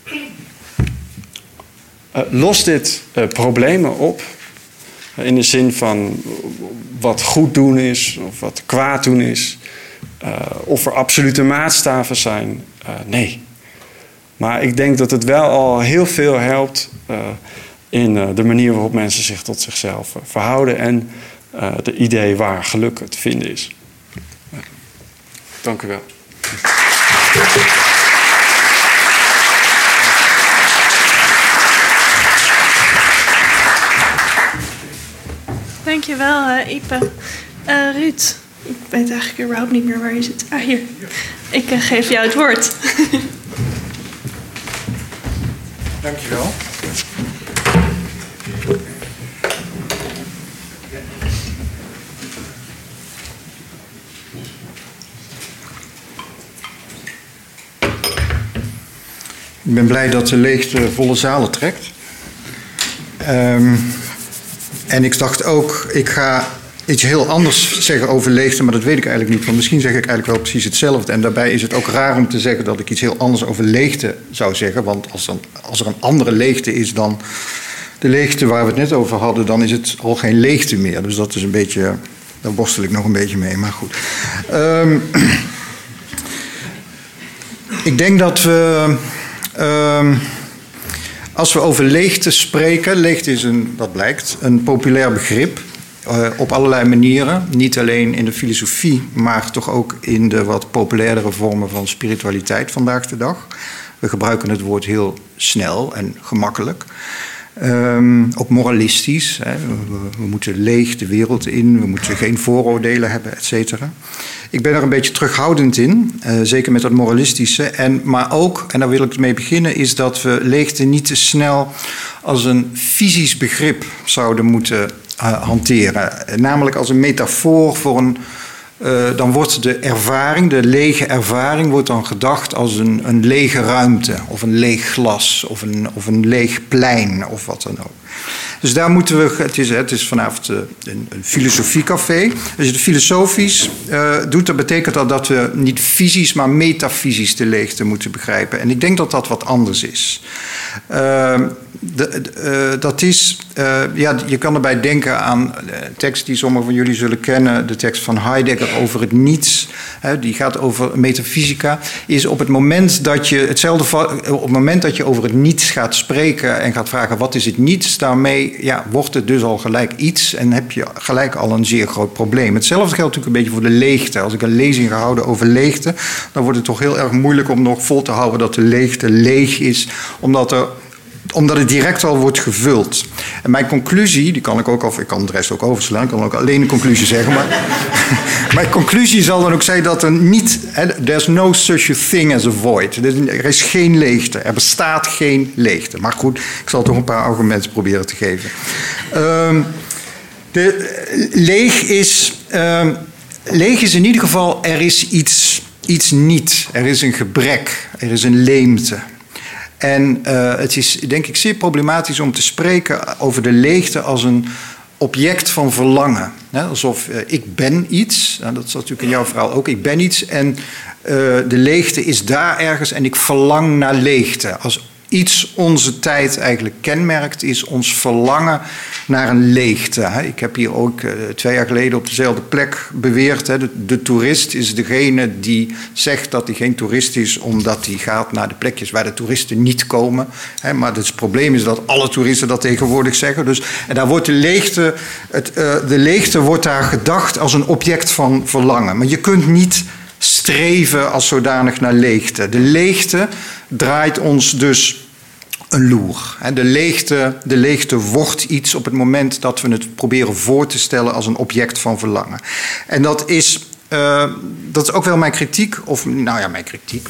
Lost dit problemen op? In de zin van wat goed doen is, of wat kwaad doen is, of er absolute maatstaven zijn? Nee. Maar ik denk dat het wel al heel veel helpt in de manier waarop mensen zich tot zichzelf verhouden en de idee waar geluk te vinden is. Dank u wel. Dankjewel, Ipe. Ruud, ik weet eigenlijk überhaupt niet meer waar je zit. Ah, hier. Ik geef jou het woord. Dankjewel. Ik ben blij dat de leegte volle zalen trekt. En ik dacht ook, ik ga iets heel anders zeggen over leegte, maar dat weet ik eigenlijk niet. Want misschien zeg ik eigenlijk wel precies hetzelfde. En daarbij is het ook raar om te zeggen dat ik iets heel anders over leegte zou zeggen. Want als er een andere leegte is dan de leegte waar we het net over hadden, dan is het al geen leegte meer. Dus dat is een beetje, daar worstel ik nog een beetje mee, maar goed. Ik denk dat we, als we over leegte spreken, leegte is dat blijkt, een populair begrip. Op allerlei manieren, niet alleen in de filosofie, maar toch ook in de wat populairdere vormen van spiritualiteit vandaag de dag. We gebruiken het woord heel snel en gemakkelijk. Ook moralistisch. Hè. We moeten leeg de wereld in, we moeten geen vooroordelen hebben, et cetera. Ik ben er een beetje terughoudend in, zeker met dat moralistische. Maar ook, en daar wil ik mee beginnen, is dat we leegte niet te snel als een fysisch begrip zouden moeten hanteren. Namelijk als een metafoor voor een... dan wordt de ervaring, de lege ervaring, wordt dan gedacht als een lege ruimte, of een leeg glas, of een leeg plein, of wat dan ook. Dus daar moeten we... Het is vanavond een filosofiecafé. Als je het filosofisch doet, dat betekent dat we niet fysisch, maar metafysisch de leegte moeten begrijpen. En ik denk dat dat wat anders is. Dat is... je kan erbij denken aan een tekst die sommigen van jullie zullen kennen. De tekst van Heidegger over het niets. Die gaat over metafysica. Is op het moment dat je over het niets gaat spreken en gaat vragen wat is het niets, daarmee wordt het dus al gelijk iets en heb je gelijk al een zeer groot probleem. Hetzelfde geldt natuurlijk een beetje voor de leegte. Als ik een lezing ga houden over leegte, dan wordt het toch heel erg moeilijk om nog vol te houden dat de leegte leeg is, omdat het direct al wordt gevuld. En mijn conclusie, die kan ik ook, of ik kan de rest ook overslaan, ik kan ook alleen een conclusie zeggen, maar mijn conclusie zal dan ook zijn dat er niet, there's no such a thing as a void. Er is geen leegte, er bestaat geen leegte. Maar goed, ik zal toch een paar argumenten proberen te geven. Leeg is in ieder geval, er is iets niet. Er is een gebrek, er is een leemte. En het is denk ik zeer problematisch om te spreken over de leegte als een object van verlangen. Alsof ik ben iets, dat is natuurlijk in jouw verhaal ook, ik ben iets en de leegte is daar ergens en ik verlang naar leegte. Als iets onze tijd eigenlijk kenmerkt, is ons verlangen naar een leegte. Ik heb hier ook 2 jaar geleden op dezelfde plek beweerd. De toerist is degene die zegt dat hij geen toerist is, omdat hij gaat naar de plekjes waar de toeristen niet komen. Maar het probleem is dat alle toeristen dat tegenwoordig zeggen. Dus, en daar wordt de leegte wordt daar gedacht als een object van verlangen. Maar je kunt niet streven als zodanig naar leegte. De leegte draait ons dus een loer. De leegte wordt iets op het moment dat we het proberen voor te stellen als een object van verlangen. En dat is ook wel mijn kritiek, of nou ja, mijn kritiek,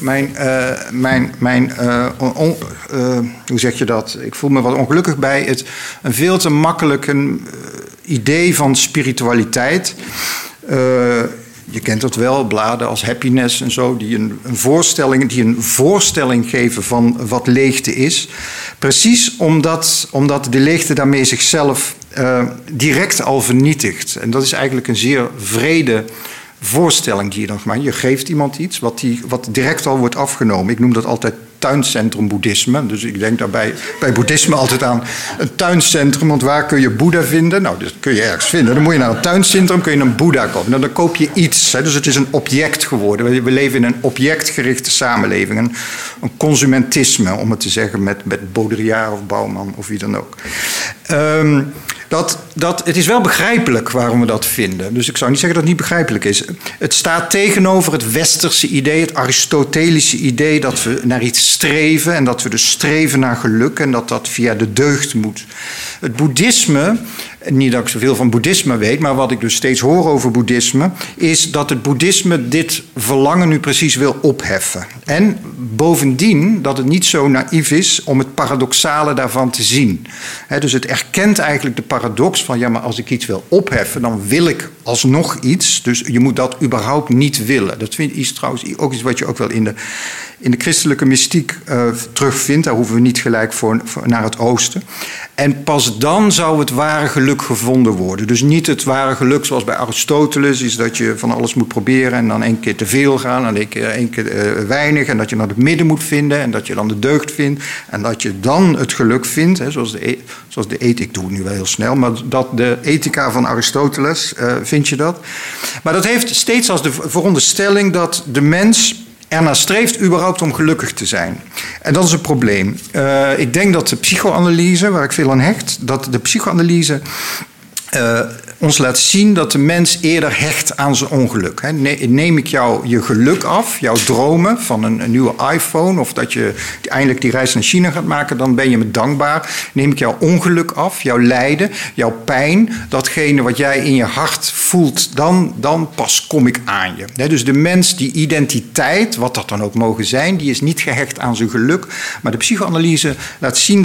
hoe zeg je dat? Ik voel me wat ongelukkig bij een veel te makkelijk idee van spiritualiteit. Je kent dat wel, bladen als Happiness en zo, die een voorstelling geven van wat leegte is. Precies omdat de leegte daarmee zichzelf direct al vernietigt. En dat is eigenlijk een zeer wrede voorstelling die je dan maakt. Je geeft iemand iets wat direct al wordt afgenomen. Ik noem dat altijd tuincentrum boeddhisme. Dus ik denk daarbij bij boeddhisme altijd aan een tuincentrum. Want waar kun je Boeddha vinden? Nou, dat kun je ergens vinden. Dan moet je naar een tuincentrum, kun je een Boeddha kopen. Nou, dan koop je iets. Dus het is een object geworden. We leven in een objectgerichte samenleving. Een consumentisme, om het te zeggen met Baudrillard of Bauman of wie dan ook. Het is wel begrijpelijk waarom we dat vinden. Dus ik zou niet zeggen dat het niet begrijpelijk is. Het staat tegenover het westerse idee, het aristotelische idee dat we naar iets streven en dat we dus streven naar geluk en dat via de deugd moet. Het boeddhisme, niet dat ik zoveel van boeddhisme weet, maar wat ik dus steeds hoor over boeddhisme, is dat het boeddhisme dit verlangen nu precies wil opheffen. En bovendien dat het niet zo naïef is om het paradoxale daarvan te zien. Dus het erkent eigenlijk de paradox van, ja, maar als ik iets wil opheffen, dan wil ik alsnog iets. Dus je moet dat überhaupt niet willen. Dat is trouwens ook iets wat je ook wel in de christelijke mystiek terugvindt. Daar hoeven we niet gelijk voor naar het oosten. En pas dan zou het ware geluk gevonden worden. Dus niet het ware geluk zoals bij Aristoteles is dat je van alles moet proberen en dan 1 keer te veel gaan en 1 keer weinig en dat je dan het midden moet vinden en dat je dan de deugd vindt en dat je dan het geluk vindt. Zoals de ik doe het nu wel heel snel, maar dat de ethica van Aristoteles, vind je dat? Maar dat heeft steeds als de veronderstelling dat de mens ernaar streeft überhaupt om gelukkig te zijn. En dat is een probleem. Ik denk dat de psychoanalyse, waar ik veel aan hecht, dat de psychoanalyse ons laat zien dat de mens eerder hecht aan zijn ongeluk. Neem ik jou je geluk af, jouw dromen van een nieuwe iPhone of dat je eindelijk die reis naar China gaat maken, dan ben je me dankbaar. Neem ik jouw ongeluk af, jouw lijden, jouw pijn, datgene wat jij in je hart voelt, dan pas kom ik aan je. Dus de mens, die identiteit, wat dat dan ook mogen zijn, die is niet gehecht aan zijn geluk, maar de psychoanalyse laat zien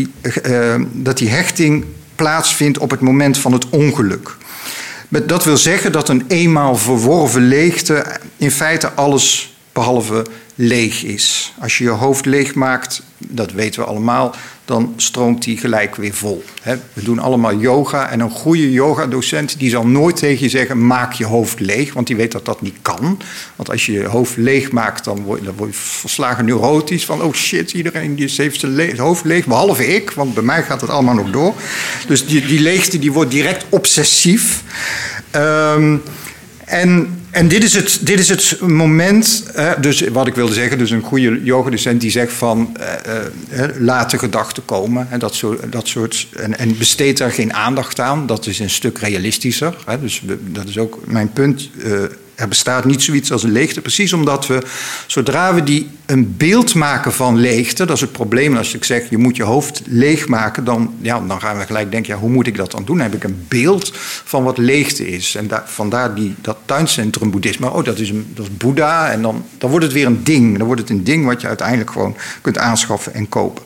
dat die hechting plaatsvindt op het moment van het ongeluk. Dat wil zeggen dat een eenmaal verworven leegte in feite alles behalve leeg is. Als je je hoofd leeg maakt, dat weten we allemaal, dan stroomt die gelijk weer vol. We doen allemaal yoga en een goede yogadocent die zal nooit tegen je zeggen, maak je hoofd leeg, want die weet dat dat niet kan. Want als je je hoofd leeg maakt, dan word je verslagen neurotisch van, oh shit, iedereen die heeft zijn hoofd leeg, behalve ik, want bij mij gaat het allemaal nog door. Dus die leegte die wordt direct obsessief. En dit is het moment, dus wat ik wilde zeggen, dus een goede yogadocent die zegt van laat de gedachten komen. Dat soort, en besteed daar geen aandacht aan. Dat is een stuk realistischer. Dus dat is ook mijn punt. Er bestaat niet zoiets als een leegte. Precies omdat we, zodra we een beeld maken van leegte, dat is het probleem. Als ik zeg, je moet je hoofd leegmaken, dan gaan we gelijk denken, hoe moet ik dat dan doen? Dan heb ik een beeld van wat leegte is. En vandaar dat tuincentrum boeddhisme. Dat is Boeddha. En dan wordt het weer een ding. Dan wordt het een ding wat je uiteindelijk gewoon kunt aanschaffen en kopen.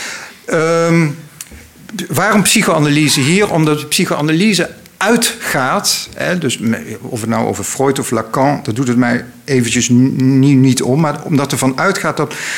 Waarom psychoanalyse hier? Omdat psychoanalyse uitgaat, dus of het nou over Freud of Lacan, dat doet het mij eventjes niet om, maar omdat ervan uitgaat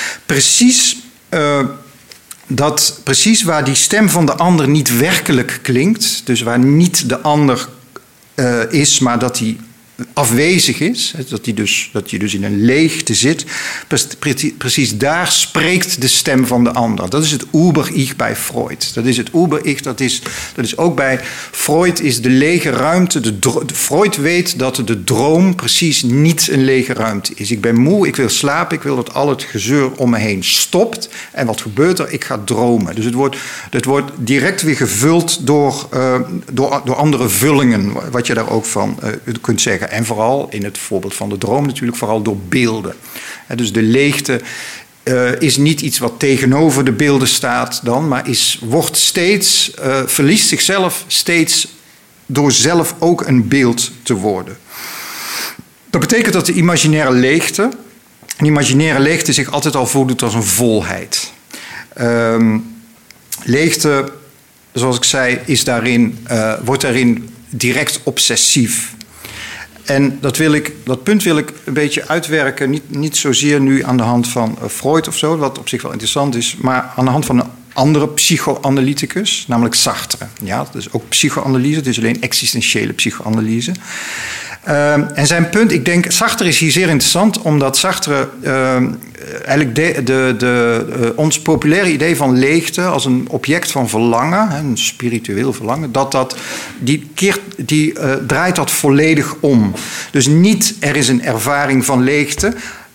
dat precies waar die stem van de ander niet werkelijk klinkt, dus waar niet de ander is, maar dat die afwezig is, dat je dus in een leegte zit, precies daar spreekt de stem van de ander. Dat is het Uber-Ich bij Freud. Dat is het Uber-Ich, dat is ook bij Freud is de lege ruimte. Freud weet dat de droom precies niet een lege ruimte is. Ik ben moe, ik wil slapen, ik wil dat al het gezeur om me heen stopt. En wat gebeurt er? Ik ga dromen. Dus het wordt direct weer gevuld door andere vullingen, wat je daar ook van kunt zeggen. En vooral, in het voorbeeld van de droom natuurlijk, vooral door beelden. Dus de leegte is niet iets wat tegenover de beelden staat dan, maar verliest zichzelf steeds door zelf ook een beeld te worden. Dat betekent dat de imaginaire leegte zich altijd al voordoet als een volheid. Leegte, zoals ik zei, wordt daarin direct obsessief. En dat punt wil ik een beetje uitwerken, niet zozeer nu aan de hand van Freud of zo, wat op zich wel interessant is, maar aan de hand van een andere psychoanalyticus, namelijk Sartre. Ja, dat is ook psychoanalyse, het is alleen existentiële psychoanalyse. En zijn punt, ik denk, Sartre is hier zeer interessant, omdat Sartre eigenlijk ons populaire idee van leegte als een object van verlangen, een spiritueel verlangen, die draait dat volledig om. Dus niet er is een ervaring van leegte,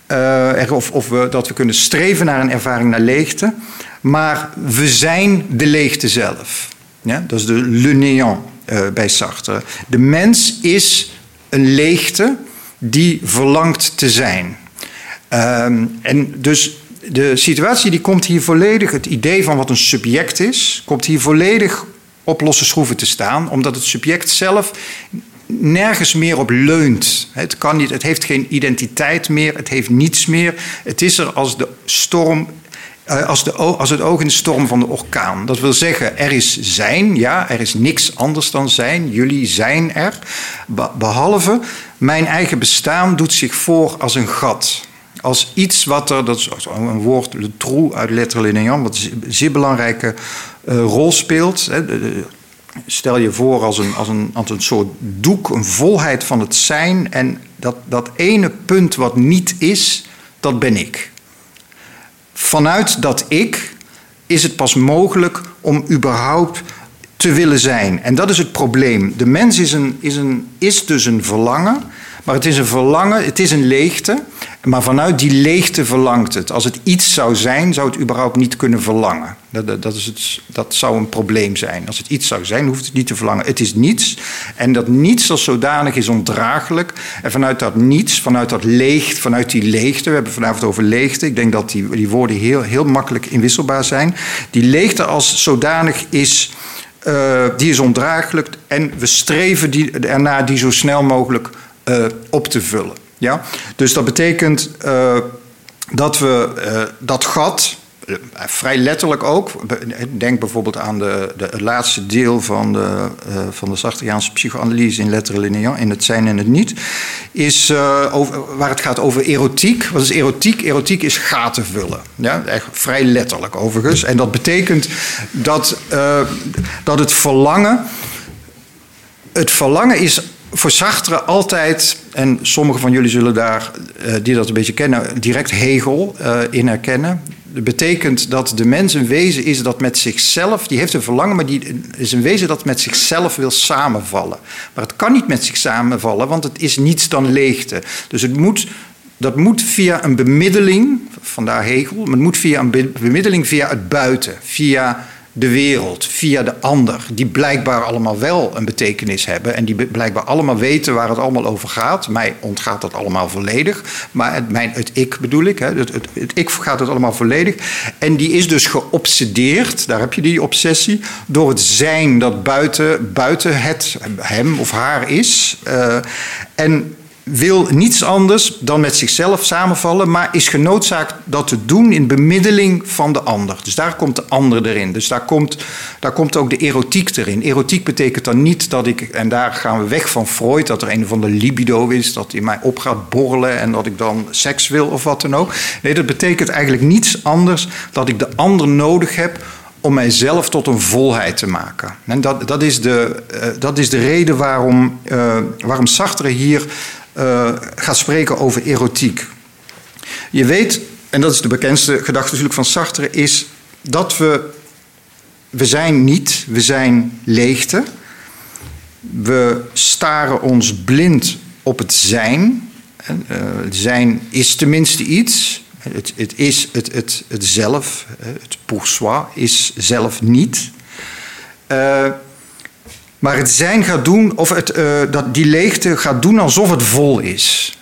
dat we kunnen streven naar een ervaring naar leegte, maar we zijn de leegte zelf. Ja? Dat is de le néant bij Sartre. De mens is een leegte die verlangt te zijn. En dus de situatie die komt hier volledig, het idee van wat een subject is, komt hier volledig op losse schroeven te staan, omdat het subject zelf nergens meer op leunt. Het kan niet, het heeft geen identiteit meer, het heeft niets meer. Het is er als de storm, als het oog in de storm van de orkaan. Dat wil zeggen, er is zijn, ja, er is niks anders dan zijn. Jullie zijn er, behalve mijn eigen bestaan doet zich voor als een gat. Als iets wat er, dat is een woord, le trou uit lettre le néant, wat een zeer belangrijke rol speelt. Stel je voor als een soort doek, een volheid van het zijn. En dat ene punt wat niet is, dat ben ik. Vanuit dat ik is het pas mogelijk om überhaupt te willen zijn. En dat is het probleem. De mens is dus een verlangen, maar het is een verlangen, het is een leegte. Maar vanuit die leegte verlangt het. Als het iets zou zijn, zou het überhaupt niet kunnen verlangen. Dat zou een probleem zijn. Als het iets zou zijn, hoeft het niet te verlangen. Het is niets. En dat niets als zodanig is ondraaglijk. En vanuit dat niets, vanuit die leegte, we hebben het vanavond over leegte. Ik denk dat die woorden heel makkelijk inwisselbaar zijn. Die leegte als zodanig is, die is ondraaglijk. En we streven ernaar die zo snel mogelijk op te vullen. Ja? Dus dat betekent dat we dat gat, vrij letterlijk ook, denk bijvoorbeeld aan het laatste deel van de Sartreaanse psychoanalyse in lettre le néant, in het zijn en het niet, is waar het gaat over erotiek. Wat is erotiek? Erotiek is gaten vullen. Ja? Echt vrij letterlijk overigens. En dat betekent dat het verlangen is voor Sartre altijd, en sommigen van jullie zullen daar, die dat een beetje kennen, direct Hegel in herkennen. betekent dat de mens een wezen is dat met zichzelf, die heeft een verlangen, maar die is een wezen dat met zichzelf wil samenvallen. Maar het kan niet met zich samenvallen, want het is niets dan leegte. Dus dat moet via een bemiddeling, vandaar Hegel, maar het moet via een bemiddeling via het buiten, via de wereld, via de ander, die blijkbaar allemaal wel een betekenis hebben en die blijkbaar allemaal weten waar het allemaal over gaat. Mij ontgaat dat allemaal volledig, maar het ik bedoel ik, het ik gaat het allemaal volledig. En die is dus geobsedeerd, daar heb je die obsessie, door het zijn dat buiten het hem of haar is. En wil niets anders dan met zichzelf samenvallen, maar is genoodzaakt dat te doen in bemiddeling van de ander. Dus daar komt de ander erin. Dus daar komt ook de erotiek erin. Erotiek betekent dan niet dat ik, en daar gaan we weg van Freud, dat er een of andere libido is, dat in mij op gaat borrelen en dat ik dan seks wil of wat dan ook. Nee, dat betekent eigenlijk niets anders dat ik de ander nodig heb om mijzelf tot een volheid te maken. En dat is de reden waarom Sartre hier gaat spreken over erotiek. Je weet, en dat is de bekendste gedachte natuurlijk van Sartre, is dat we zijn niet, we zijn leegte. We staren ons blind op het zijn. Zijn is tenminste iets. Het is het zelf, het pour soi, is zelf niet. Maar het zijn gaat doen, of die leegte gaat doen alsof het vol is.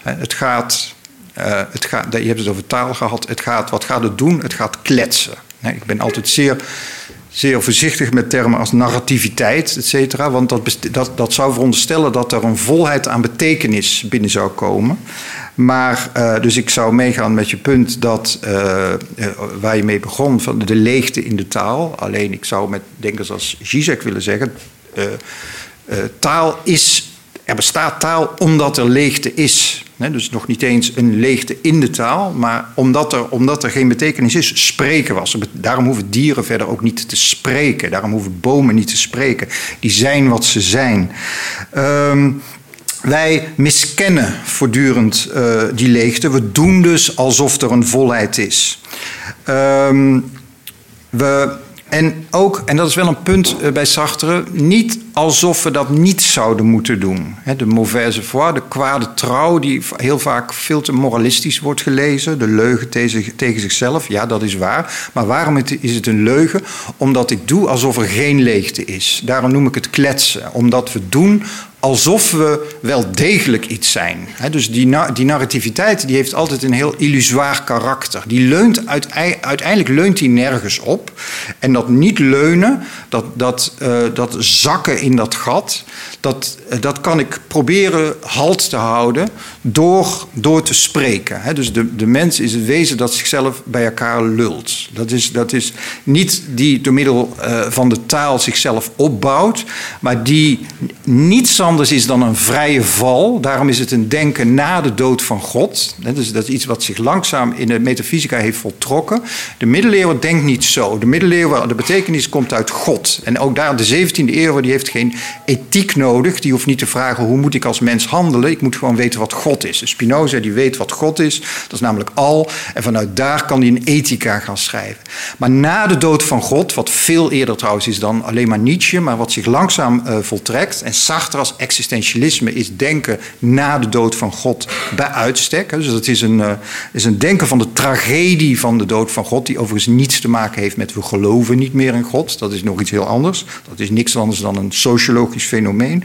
Je hebt het over taal gehad. Wat gaat het doen? Het gaat kletsen. Ik ben altijd zeer voorzichtig met termen als narrativiteit, et cetera. Want dat zou veronderstellen dat er een volheid aan betekenis binnen zou komen. Maar, dus ik zou meegaan met je punt waar je mee begon, van de leegte in de taal. Alleen ik zou met denkers als Zizek willen zeggen, er bestaat taal omdat er leegte is. Dus nog niet eens een leegte in de taal, maar omdat er geen betekenis is, spreken was. Daarom hoeven dieren verder ook niet te spreken. Daarom hoeven bomen niet te spreken. Die zijn wat ze zijn. Wij miskennen voortdurend die leegte. We doen dus alsof er een volheid is. En dat is wel een punt bij Sartre, niet alsof we dat niet zouden moeten doen. De mauvaise foi, de kwade trouw, die heel vaak veel te moralistisch wordt gelezen. De leugen tegen zichzelf, ja, dat is waar. Maar waarom is het een leugen? Omdat ik doe alsof er geen leegte is. Daarom noem ik het kletsen. Omdat we doen alsof we wel degelijk iets zijn. Dus die narrativiteit die heeft altijd een heel illusoir karakter. Uiteindelijk leunt die nergens op. En dat niet leunen, dat zakken in dat gat, dat kan ik proberen halt te houden door te spreken. Dus de mens is het wezen dat zichzelf bij elkaar lult. Dat is niet die door middel van de taal zichzelf opbouwt, maar die niets anders is dan een vrije val. Daarom is het een denken na de dood van God. Dus dat is iets wat zich langzaam in de metafysica heeft voltrokken. De middeleeuwen denkt niet zo. De middeleeuwen, de betekenis komt uit God. En ook daar, de 17e eeuw, die heeft geen ethiek nodig. Die hoeft niet te vragen, hoe moet ik als mens handelen? Ik moet gewoon weten wat God is. Dus Spinoza, die weet wat God is. Dat is namelijk al. En vanuit daar kan hij een ethica gaan schrijven. Maar na de dood van God, wat veel eerder trouwens is dan alleen maar Nietzsche, maar wat zich langzaam voltrekt. En Sartre als existentialisme is denken na de dood van God bij uitstek. Dus dat is een denken van de tragedie van de dood van God, die overigens niets te maken heeft met we geloven niet meer in God. Dat is nog iets heel anders. Dat is niks anders dan een sociologisch fenomeen.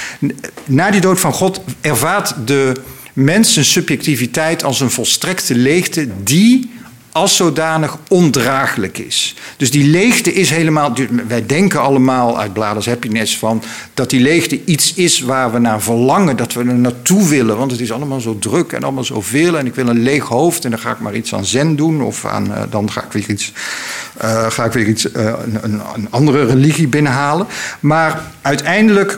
Na die dood van God ervaart de mens zijn subjectiviteit als een volstrekte leegte die als zodanig ondraaglijk is. Dus die leegte is helemaal. Wij denken allemaal uit Bladers Happiness van dat die leegte iets is waar we naar verlangen, dat we er naartoe willen, want het is allemaal zo druk en allemaal zoveel en ik wil een leeg hoofd en dan ga ik maar iets aan zen doen of dan ga ik weer een andere religie binnenhalen. Maar uiteindelijk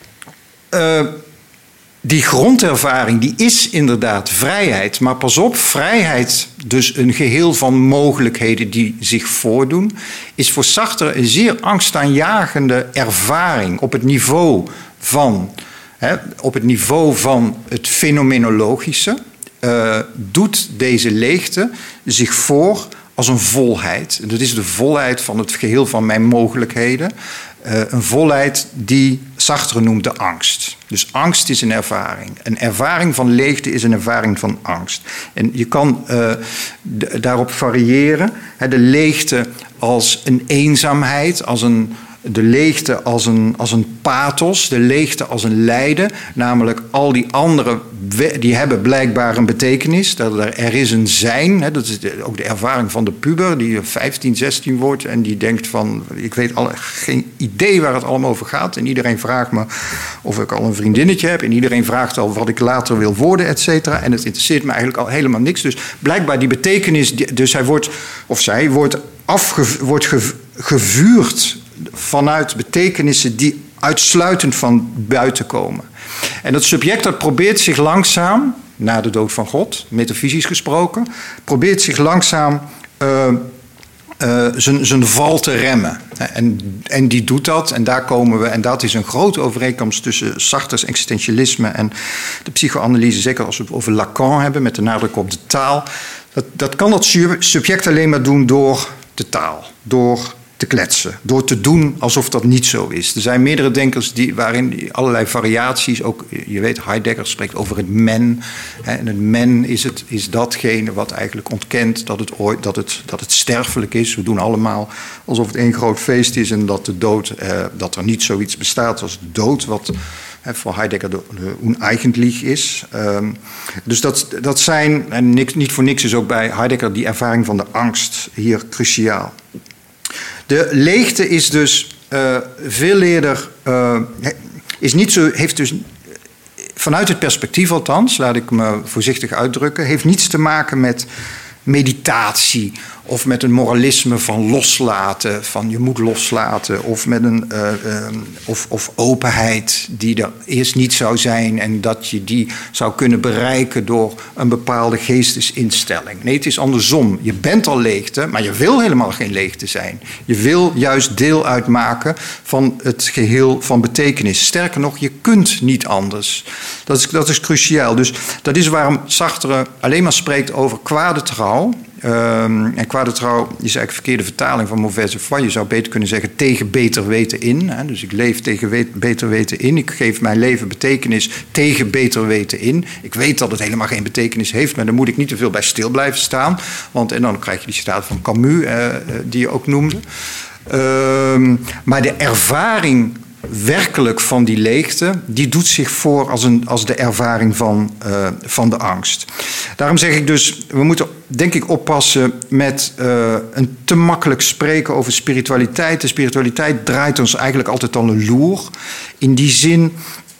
die grondervaring, die is inderdaad vrijheid. Maar pas op, vrijheid, dus een geheel van mogelijkheden die zich voordoen, is voor Sartre een zeer angstaanjagende ervaring op het niveau van het fenomenologische. Doet deze leegte zich voor als een volheid. En dat is de volheid van het geheel van mijn mogelijkheden. Een volheid die Sartre noemt de angst. Dus angst is een ervaring. Een ervaring van leegte is een ervaring van angst. En je kan daarop variëren. De leegte als een eenzaamheid, de leegte als een pathos, de leegte als een lijden. Namelijk al die anderen, die hebben blijkbaar een betekenis. Er is een zijn. Dat is ook de ervaring van de puber die 15, 16 wordt en die denkt van, ik weet geen idee waar het allemaal over gaat. En iedereen vraagt me of ik al een vriendinnetje heb. En iedereen vraagt al wat ik later wil worden, et cetera. En het interesseert me eigenlijk al helemaal niks. Dus blijkbaar die betekenis, dus hij wordt, of zij wordt gevuurd vanuit betekenissen die uitsluitend van buiten komen. En dat subject dat probeert zich langzaam, na de dood van God, metafysisch gesproken, probeert zich langzaam zijn val te remmen. En die doet dat, en daar komen we, en dat is een grote overeenkomst tussen Sartre's existentialisme en de psychoanalyse, zeker als we het over Lacan hebben, met de nadruk op de taal. Dat kan dat subject alleen maar doen door de taal, door te kletsen, door te doen alsof dat niet zo is. Er zijn meerdere denkers waarin allerlei variaties, ook je weet, Heidegger spreekt over het men. En het men is datgene wat eigenlijk ontkent dat het sterfelijk is. We doen allemaal alsof het één groot feest is en dat de dood, dat er niet zoiets bestaat als de dood, wat voor Heidegger de uneigentlich is. Dus dat zijn, en niet voor niks is ook bij Heidegger die ervaring van de angst hier cruciaal. De leegte is dus veel eerder, heeft dus vanuit het perspectief althans, laat ik me voorzichtig uitdrukken, heeft niets te maken met meditatie of met een moralisme van loslaten, van je moet loslaten, of met of openheid die er eerst niet zou zijn en dat je die zou kunnen bereiken door een bepaalde geestesinstelling. Nee, het is andersom. Je bent al leegte, maar je wil helemaal geen leegte zijn. Je wil juist deel uitmaken van het geheel van betekenis. Sterker nog, je kunt niet anders. Dat is cruciaal. Dus dat is waarom Sartre alleen maar spreekt over kwade trouw. En kwade trouw is eigenlijk een verkeerde vertaling van mauvaise foi. Je zou beter kunnen zeggen tegen beter weten in. Dus ik leef tegen beter weten in. Ik geef mijn leven betekenis tegen beter weten in. Ik weet dat het helemaal geen betekenis heeft, maar daar moet ik niet te veel bij stil blijven staan. En dan krijg je die citaat van Camus, die je ook noemde. Maar de ervaring werkelijk van die leegte, die doet zich voor als de ervaring van de angst. Daarom zeg ik dus, we moeten denk ik oppassen met een te makkelijk spreken over spiritualiteit. De spiritualiteit draait ons eigenlijk altijd al een loer. In die zin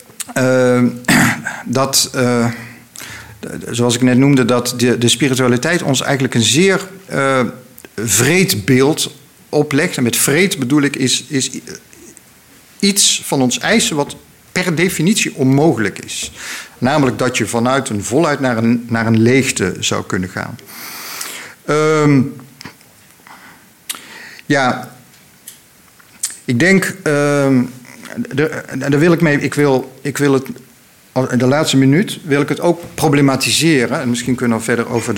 dat, zoals ik net noemde, dat de spiritualiteit ons eigenlijk een zeer wreed beeld oplegt. En met wreed bedoel ik is iets van ons eisen wat per definitie onmogelijk is. Namelijk dat je vanuit een volheid naar een leegte zou kunnen gaan. Ik denk, daar wil ik mee, ik wil het, in de laatste minuut wil ik het ook problematiseren. En misschien kunnen we verder over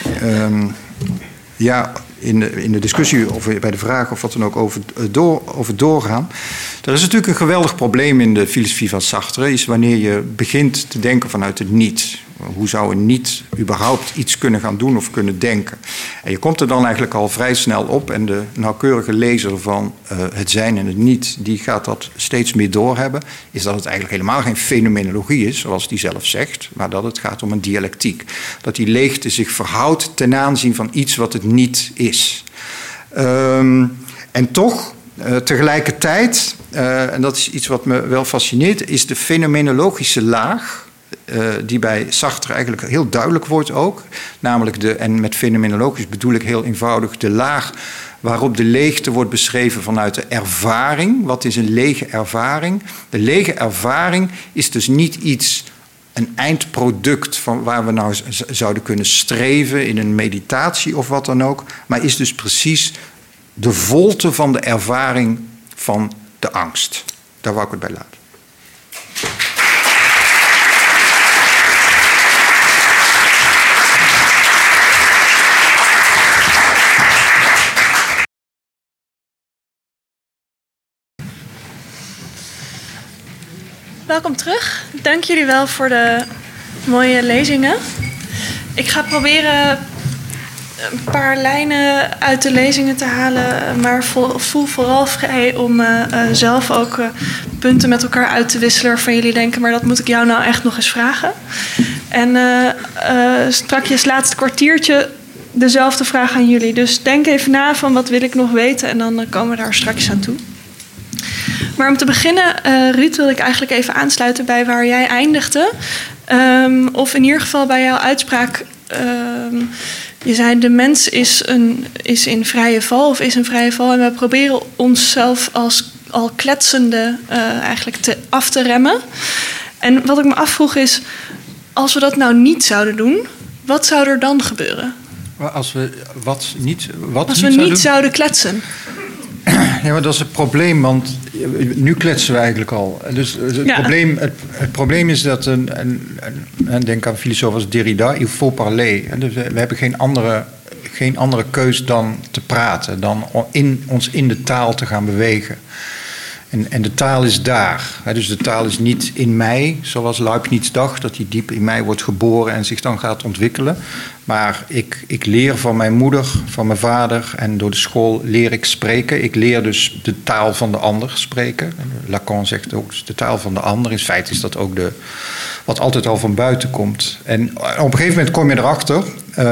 in de discussie of bij de vraag of wat dan ook over doorgaan. Er is natuurlijk een geweldig probleem in de filosofie van Sartre, is wanneer je begint te denken vanuit het niet. Hoe zou een niet überhaupt iets kunnen gaan doen of kunnen denken? En je komt er dan eigenlijk al vrij snel op en de nauwkeurige lezer van het zijn en het niet, die gaat dat steeds meer doorhebben, is dat het eigenlijk helemaal geen fenomenologie is, zoals die zelf zegt, maar dat het gaat om een dialectiek. Dat die leegte zich verhoudt ten aanzien van iets wat het niet is. En toch, tegelijkertijd, en dat is iets wat me wel fascineert, is de fenomenologische laag, die bij Sartre eigenlijk heel duidelijk wordt ook. Namelijk en met fenomenologisch bedoel ik heel eenvoudig de laag waarop de leegte wordt beschreven vanuit de ervaring. Wat is een lege ervaring? De lege ervaring is dus niet een eindproduct van waar we nou zouden kunnen streven in een meditatie of wat dan ook, maar is dus precies de volte van de ervaring van de angst. Daar wou ik het bij laten. Welkom terug. Dank jullie wel voor de mooie lezingen. Ik ga proberen een paar lijnen uit de lezingen te halen, maar voel vooral vrij om zelf ook punten met elkaar uit te wisselen waarvan jullie denken, maar dat moet ik jou nou echt nog eens vragen. En strakjes laatste kwartiertje dezelfde vraag aan jullie. Dus denk even na van wat wil ik nog weten en dan komen we daar straks aan toe. Maar om te beginnen, Ruud, wil ik eigenlijk even aansluiten bij waar jij eindigde. Of in ieder geval bij jouw uitspraak. Je zei, de mens is in vrije val of is een vrije val. En we proberen onszelf als al kletsende eigenlijk af te remmen. En wat ik me afvroeg is, als we dat nou niet zouden doen, wat zou er dan gebeuren? Als we niet zouden kletsen. Ja, maar dat is het probleem, want nu kletsen we eigenlijk al. Dus het probleem is dat denk aan filosofen als Derrida, il faut parler. Dus we hebben geen andere keus dan te praten, dan ons in de taal te gaan bewegen. En de taal is daar. Dus de taal is niet in mij, zoals Leibniz dacht, dat die diep in mij wordt geboren en zich dan gaat ontwikkelen. Maar ik leer van mijn moeder, van mijn vader en door de school leer ik spreken. Ik leer dus de taal van de ander spreken. Lacan zegt ook, de taal van de ander. In feite is dat ook wat altijd al van buiten komt. En op een gegeven moment kom je erachter.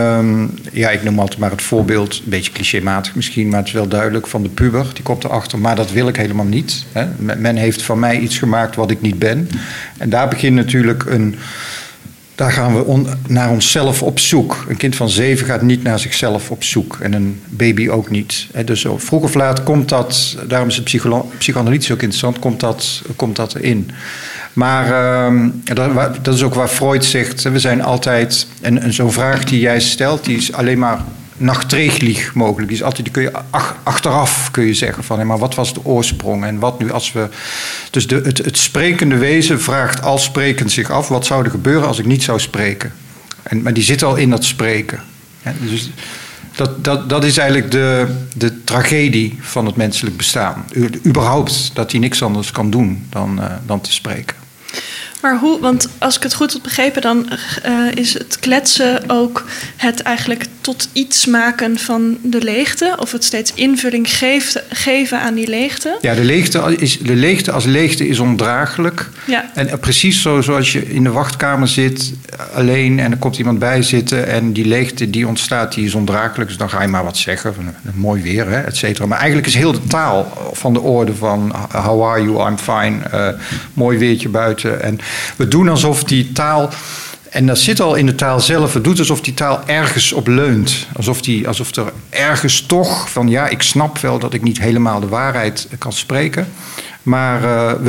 Ik noem altijd maar het voorbeeld, een beetje clichématig misschien, maar het is wel duidelijk, van de puber. Die komt erachter, maar dat wil ik helemaal niet. Hè. Men heeft van mij iets gemaakt wat ik niet ben. En daar begint natuurlijk daar gaan we naar onszelf op zoek. Een kind van 7 gaat niet naar zichzelf op zoek. En een baby ook niet. Dus vroeg of laat komt dat, daarom is het psychoanalytisch ook interessant, komt dat erin. Maar dat is ook waar Freud zegt, we zijn altijd, en zo'n vraag die jij stelt, die is alleen maar nachträglich mogelijk. Die kun je achteraf kun je zeggen van, maar wat was de oorsprong en wat nu als we. Dus het sprekende wezen vraagt al sprekend zich af, wat zou er gebeuren als ik niet zou spreken? Maar die zit al in dat spreken. Dus dat is eigenlijk de tragedie van het menselijk bestaan. Überhaupt dat hij niks anders kan doen dan te spreken. Maar hoe, want als ik het goed heb begrepen, dan is het kletsen ook het eigenlijk tot iets maken van de leegte, of het steeds invulling geven aan die leegte. Ja, de leegte als leegte is ondraaglijk. Ja. En precies zoals je in de wachtkamer zit, alleen, en er komt iemand bij zitten en die leegte die ontstaat, die is ondraaglijk. Dus dan ga je maar wat zeggen, van, mooi weer, et cetera. Maar eigenlijk is heel de taal van de orde van how are you, I'm fine, mooi weertje buiten. En we doen alsof die taal, en dat zit al in de taal zelf, het doet alsof die taal ergens op leunt. Alsof er ergens toch van, ja, ik snap wel dat ik niet helemaal de waarheid kan spreken. Maar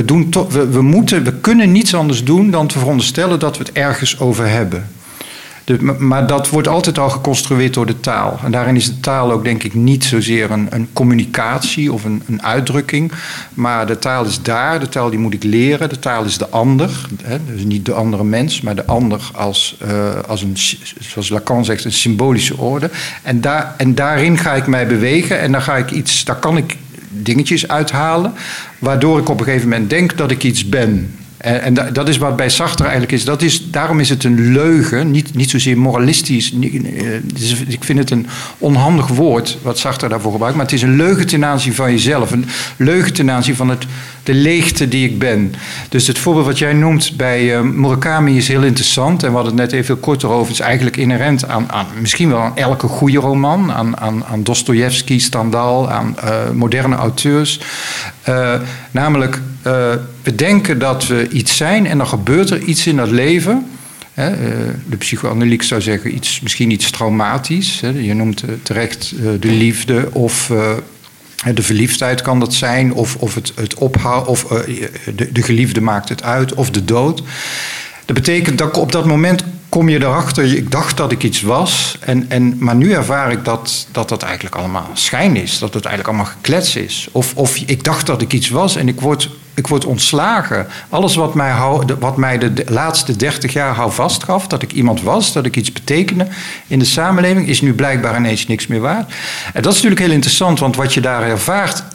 we kunnen niets anders doen dan te veronderstellen dat we het ergens over hebben. Maar dat wordt altijd al geconstrueerd door de taal. En daarin is de taal ook, denk ik, niet zozeer een communicatie of een uitdrukking. Maar de taal is daar, de taal die moet ik leren. De taal is de ander, dus niet de andere mens, maar de ander als een, zoals Lacan zegt, een symbolische orde. En daarin ga ik mij bewegen en daar kan ik dingetjes uithalen, waardoor ik op een gegeven moment denk dat ik iets ben. En dat is wat bij Sartre eigenlijk is. Daarom is het een leugen, niet zozeer moralistisch. Ik vind het een onhandig woord wat Sartre daarvoor gebruikt. Maar het is een leugen ten aanzien van jezelf. Een leugen ten aanzien van de leegte die ik ben. Dus het voorbeeld wat jij noemt bij Murakami is heel interessant. En we hadden het net even korter over. Het is eigenlijk inherent aan misschien wel aan elke goede roman. Aan Dostojevski, Stendhal, aan moderne auteurs. Namelijk, we denken dat we iets zijn en dan gebeurt er iets in dat leven. De psychoanalyse zou zeggen misschien iets traumatisch. Je noemt terecht de liefde of de verliefdheid kan dat zijn. Of het ophouden, of de geliefde maakt het uit, of de dood. Dat betekent dat op dat moment kom je erachter, ik dacht dat ik iets was, maar nu ervaar ik dat eigenlijk allemaal schijn is. Dat het eigenlijk allemaal geklets is. Of ik dacht dat ik iets was en ik word ontslagen. Alles wat mij de laatste 30 jaar houvast gaf, dat ik iemand was, dat ik iets betekende in de samenleving, is nu blijkbaar ineens niks meer waard. En dat is natuurlijk heel interessant, want wat je daar ervaart,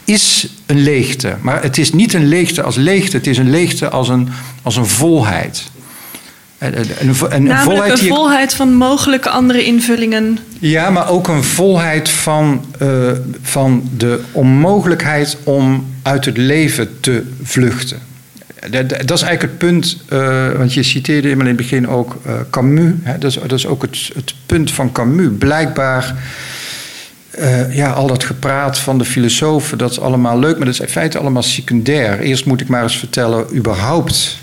is een leegte. Maar het is niet een leegte als leegte. Het is een leegte als een volheid. Namelijk een volheid van mogelijke andere invullingen. Ja, maar ook een volheid van de onmogelijkheid om uit het leven te vluchten. Dat is eigenlijk het punt, want je citeerde helemaal in het begin ook Camus. Hè? Dat is ook het punt van Camus. Blijkbaar, al dat gepraat van de filosofen, dat is allemaal leuk, maar dat is in feite allemaal secundair. Eerst moet ik maar eens vertellen überhaupt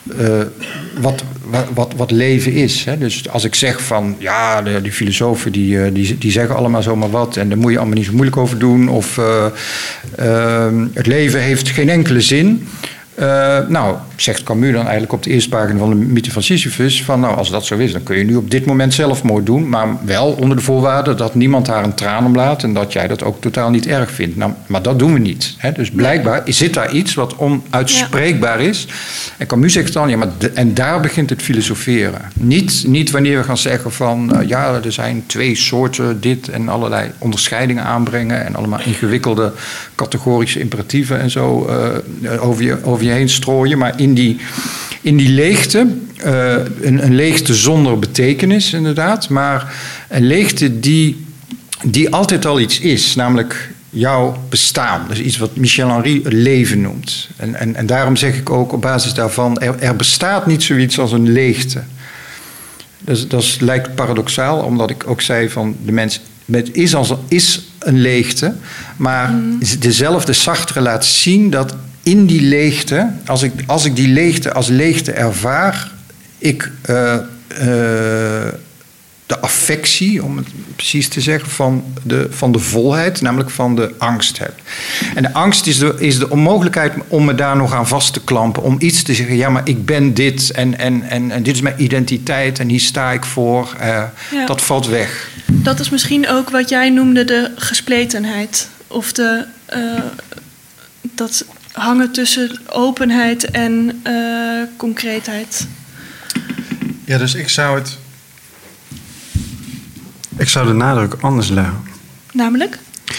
wat leven is. Hè? Dus als ik zeg van, ja, die filosofen die zeggen allemaal zomaar wat en daar moet je allemaal niet zo moeilijk over doen, of het leven heeft geen enkele zin. Zegt Camus dan eigenlijk op de eerste pagina van de mythe van Sisyphus van, als dat zo is, dan kun je nu op dit moment zelfmoord doen, maar wel onder de voorwaarde dat niemand haar een traan omlaat en dat jij dat ook totaal niet erg vindt. Nou, maar dat doen we niet. Hè? Dus blijkbaar zit daar iets wat onuitspreekbaar is. En Camus zegt dan, en daar begint het filosoferen. Niet wanneer we gaan zeggen van, er zijn 2 soorten dit en allerlei onderscheidingen aanbrengen en allemaal ingewikkelde categorische imperatieven en zo over je heen strooien, maar in die leegte, een leegte zonder betekenis inderdaad, maar een leegte die altijd al iets is, namelijk jouw bestaan. Dus iets wat Michel Henry het leven noemt. En daarom zeg ik ook op basis daarvan, er bestaat niet zoiets als een leegte. Dat lijkt paradoxaal, omdat ik ook zei van de mens is een leegte, maar dezelfde Sartre laat zien dat in die leegte, als ik die leegte als leegte ervaar, ik de affectie, om het precies te zeggen, van de volheid, namelijk van de angst heb. En de angst is de onmogelijkheid om me daar nog aan vast te klampen, om iets te zeggen, ja, maar ik ben dit en dit is mijn identiteit en hier sta ik voor. Dat valt weg. Dat is misschien ook wat jij noemde de gespletenheid, of dat hangen tussen openheid en concreetheid. Ja, dus ik zou de nadruk anders leggen. Namelijk?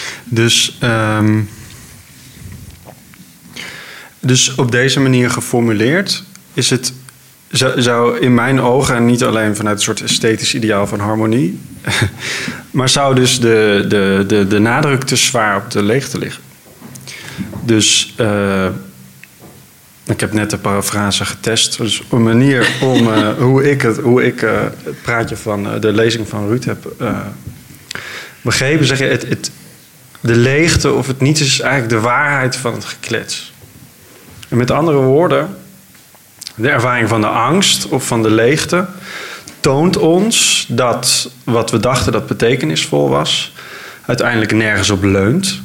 Dus op deze manier geformuleerd is het, zou in mijn ogen, en niet alleen vanuit een soort esthetisch ideaal van harmonie, maar zou dus de nadruk te zwaar op de leegte liggen. Dus ik heb net de parafrase getest. Dus een manier om hoe ik het praatje van de lezing van Ruud heb begrepen. Zeg je, de leegte of het niets is eigenlijk de waarheid van het geklets. En met andere woorden, de ervaring van de angst of van de leegte toont ons dat wat we dachten dat betekenisvol was, uiteindelijk nergens op leunt.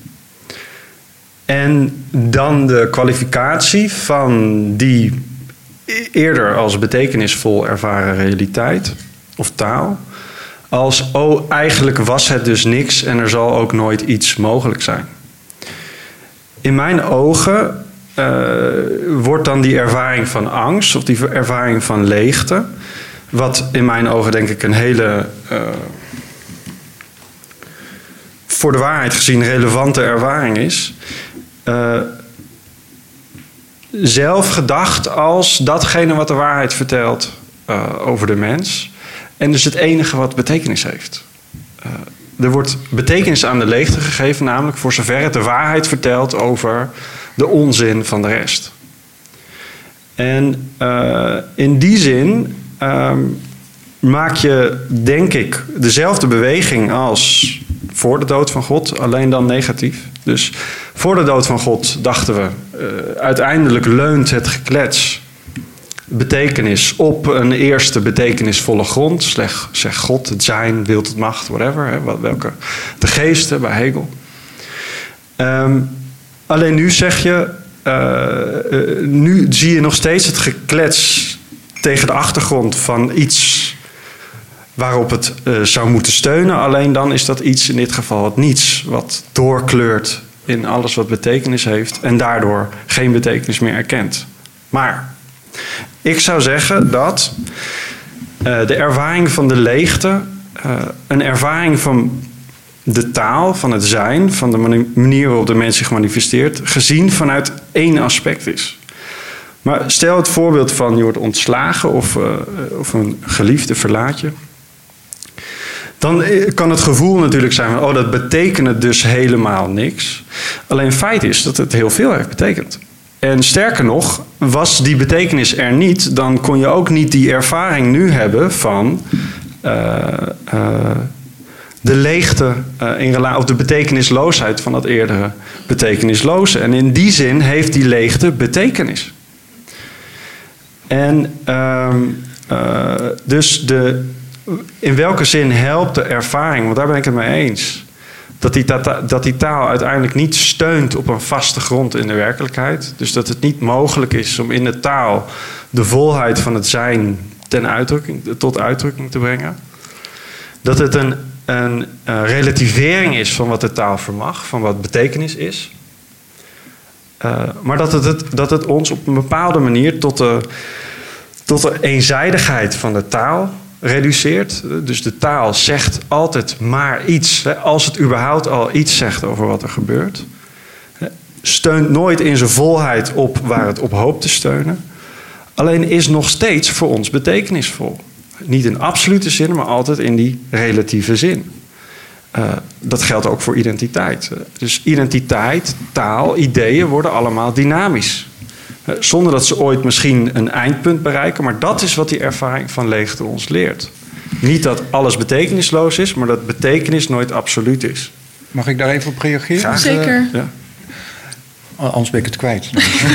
En dan de kwalificatie van die eerder als betekenisvol ervaren realiteit of taal, als eigenlijk was het dus niks en er zal ook nooit iets mogelijk zijn. In mijn ogen wordt dan die ervaring van angst of die ervaring van leegte, wat in mijn ogen denk ik een hele voor de waarheid gezien relevante ervaring is, zelf gedacht als datgene wat de waarheid vertelt over de mens. En dus het enige wat betekenis heeft. Er wordt betekenis aan de leegte gegeven, namelijk voor zover het de waarheid vertelt over de onzin van de rest. En in die zin maak je, denk ik, dezelfde beweging als voor de dood van God, alleen dan negatief. Dus voor de dood van God dachten we, uiteindelijk leunt het geklets betekenis op een eerste betekenisvolle grond. Zeg God, het zijn, wil, het macht, whatever. Hè, welke, de geesten bij Hegel. Alleen nu zeg je, nu zie je nog steeds het geklets tegen de achtergrond van iets waarop het zou moeten steunen. Alleen dan is dat iets, in dit geval het niets, wat doorkleurt in alles wat betekenis heeft en daardoor geen betekenis meer erkent. Maar ik zou zeggen dat de ervaring van de leegte een ervaring van de taal van het zijn, van de manier waarop de mens zich manifesteert, gezien vanuit één aspect is. Maar stel het voorbeeld van je wordt ontslagen of een geliefde verlaat je. Dan kan het gevoel natuurlijk zijn van, dat betekent dus helemaal niks. Alleen feit is dat het heel veel heeft betekend. En sterker nog, was die betekenis er niet, dan kon je ook niet die ervaring nu hebben van de leegte of de betekenisloosheid van dat eerdere betekenisloze. En in die zin heeft die leegte betekenis. En dus in welke zin helpt de ervaring, want daar ben ik het mee eens, dat die taal uiteindelijk niet steunt op een vaste grond in de werkelijkheid. Dus dat het niet mogelijk is om in de taal de volheid van het zijn tot uitdrukking te brengen. Dat het een relativering is van wat de taal vermag, van wat betekenis is. Maar dat het ons op een bepaalde manier tot de eenzijdigheid van de taal reduceert. Dus de taal zegt altijd maar iets, als het überhaupt al iets zegt over wat er gebeurt. Steunt nooit in zijn volheid op waar het op hoopt te steunen. Alleen is nog steeds voor ons betekenisvol. Niet in absolute zin, maar altijd in die relatieve zin. Dat geldt ook voor identiteit. Dus identiteit, taal, ideeën worden allemaal dynamisch. Zonder dat ze ooit misschien een eindpunt bereiken. Maar dat is wat die ervaring van leegte ons leert. Niet dat alles betekenisloos is, maar dat betekenis nooit absoluut is. Mag ik daar even op reageren? Graag. Zeker. Ja. Anders ben ik het kwijt.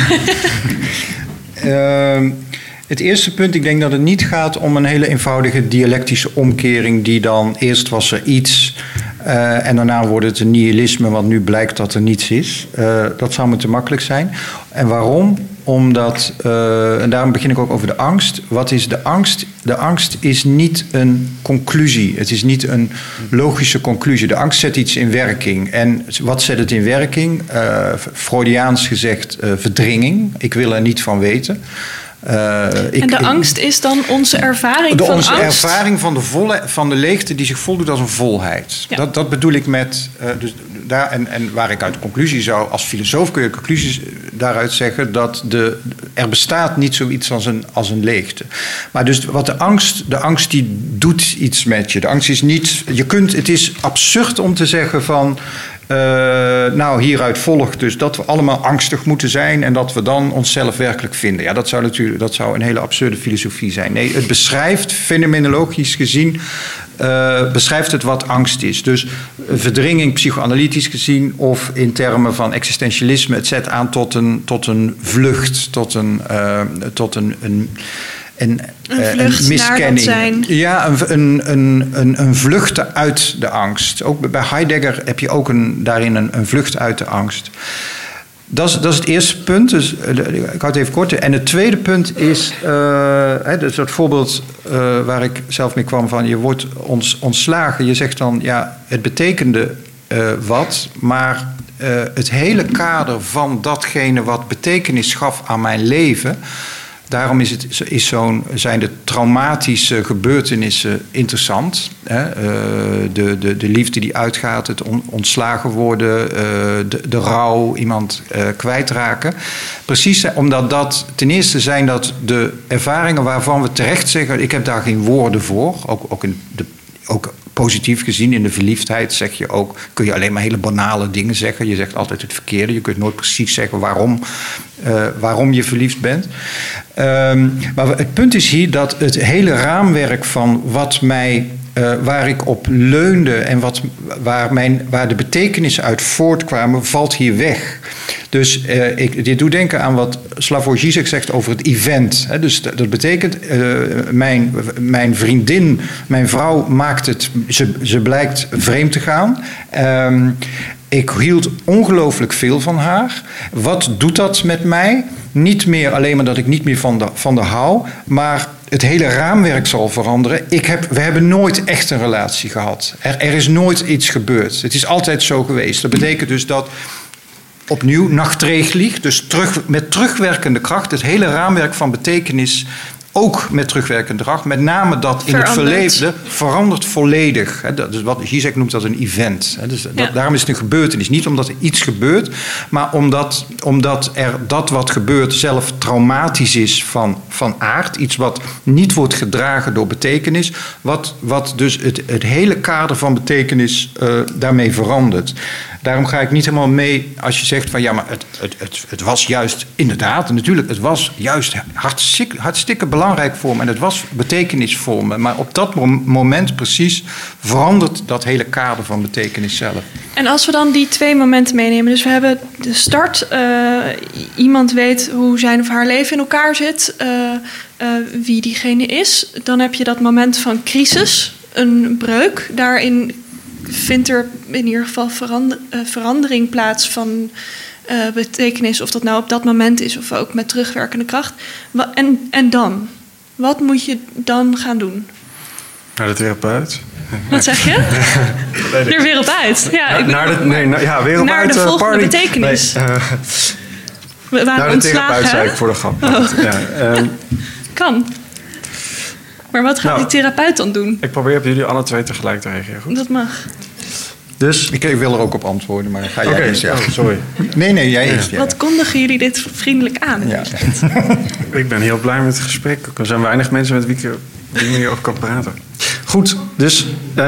Het eerste punt, ik denk dat het niet gaat om een hele eenvoudige dialectische omkering die dan eerst was er iets en daarna wordt het een nihilisme, want nu blijkt dat er niets is. Dat zou me te makkelijk zijn. En waarom? Omdat, en daarom begin ik ook over de angst. Wat is de angst? De angst is niet een conclusie. Het is niet een logische conclusie. De angst zet iets in werking. En wat zet het in werking? Freudiaans gezegd verdringing. Ik wil er niet van weten. En de angst is dan onze ervaring van onze angst? Ervaring van de leegte die zich voldoet als een volheid. Ja. Dat bedoel ik met... Dus daar, en waar ik uit de conclusie zou... Als filosoof kun je conclusies daaruit zeggen... dat er bestaat niet zoiets als een leegte. Maar dus wat de angst die doet iets met je. De angst is niet... Het is absurd om te zeggen van... nou, hieruit volgt dus dat we allemaal angstig moeten zijn... en dat we dan onszelf werkelijk vinden. Ja, dat zou een hele absurde filosofie zijn. Nee, het beschrijft, fenomenologisch gezien... beschrijft het wat angst is. Dus verdringing, psychoanalytisch gezien... of in termen van existentialisme... het zet aan tot een vlucht, tot een miskenning. Naar dat zijn. Ja, een vluchten uit de angst. Ook bij Heidegger heb je ook daarin een vlucht uit de angst. Dat is het eerste punt. Dus, ik hou het even kort. En het tweede punt is... dus dat voorbeeld waar ik zelf mee kwam van... je wordt ontslagen. Je zegt dan, ja, het betekende wat... maar het hele kader van datgene wat betekenis gaf aan mijn leven... Daarom zijn de traumatische gebeurtenissen interessant. Hè? De liefde die uitgaat, het ontslagen worden, de rouw, iemand kwijtraken. Precies omdat dat ten eerste zijn dat de ervaringen waarvan we terecht zeggen... ik heb daar geen woorden voor, ook positief gezien in de verliefdheid zeg je ook... kun je alleen maar hele banale dingen zeggen. Je zegt altijd het verkeerde. Je kunt nooit precies zeggen waarom je verliefd bent. Maar het punt is hier dat het hele raamwerk van waar ik op leunde... en waar de betekenissen uit voortkwamen, valt hier weg. Dus dit doet denken aan wat Slavoj Žižek zegt over het event. Hè? Dus dat betekent, mijn vriendin, mijn vrouw maakt het... Ze blijkt vreemd te gaan. Ik hield ongelooflijk veel van haar. Wat doet dat met mij? Niet meer alleen maar dat ik niet meer van de hou... maar het hele raamwerk zal veranderen. We hebben nooit echt een relatie gehad. Er is nooit iets gebeurd. Het is altijd zo geweest. Dat betekent dus dat... Opnieuw, nachtregelig, dus met terugwerkende kracht... het hele raamwerk van betekenis ook met terugwerkend gedrag. Met name dat in het verleden verandert volledig. Dus wat Zizek noemt dat een event. Dus daarom is het een gebeurtenis. Niet omdat er iets gebeurt, maar omdat er dat wat gebeurt zelf traumatisch is van aard. Iets wat niet wordt gedragen door betekenis. Wat dus het hele kader van betekenis daarmee verandert. Daarom ga ik niet helemaal mee als je zegt van ja, maar het was juist inderdaad, natuurlijk, het was juist hartstikke belangrijk voor me en het was betekenis voor me. Maar op dat moment precies verandert dat hele kader van betekenis zelf. En als we dan die 2 momenten meenemen, dus we hebben de start, iemand weet hoe zijn of haar leven in elkaar zit, wie diegene is. Dan heb je dat moment van crisis, een breuk. Daarin vindt er in ieder geval verandering plaats van betekenis, of dat nou op dat moment is of ook met terugwerkende kracht. En dan? Wat moet je dan gaan doen? Naar de therapeut. Wat zeg je? Er weer op uit. Ja, weer op naar uit. De volgende party. betekenis. Nee, naar de therapeut zei ik voor de grap. Kan. Maar wat gaat die therapeut dan doen? Ik probeer op jullie alle 2 tegelijk te reageren. Goed? Dat mag. Dus, ik wil er ook op antwoorden, maar ga jij eerst. Ja. Oh, sorry. Nee, jij eerst. Ja. Wat kondigen jullie dit vriendelijk aan? Ja. Ik ben heel blij met het gesprek. Er zijn weinig mensen met wie ik hierover kan praten. Goed, dus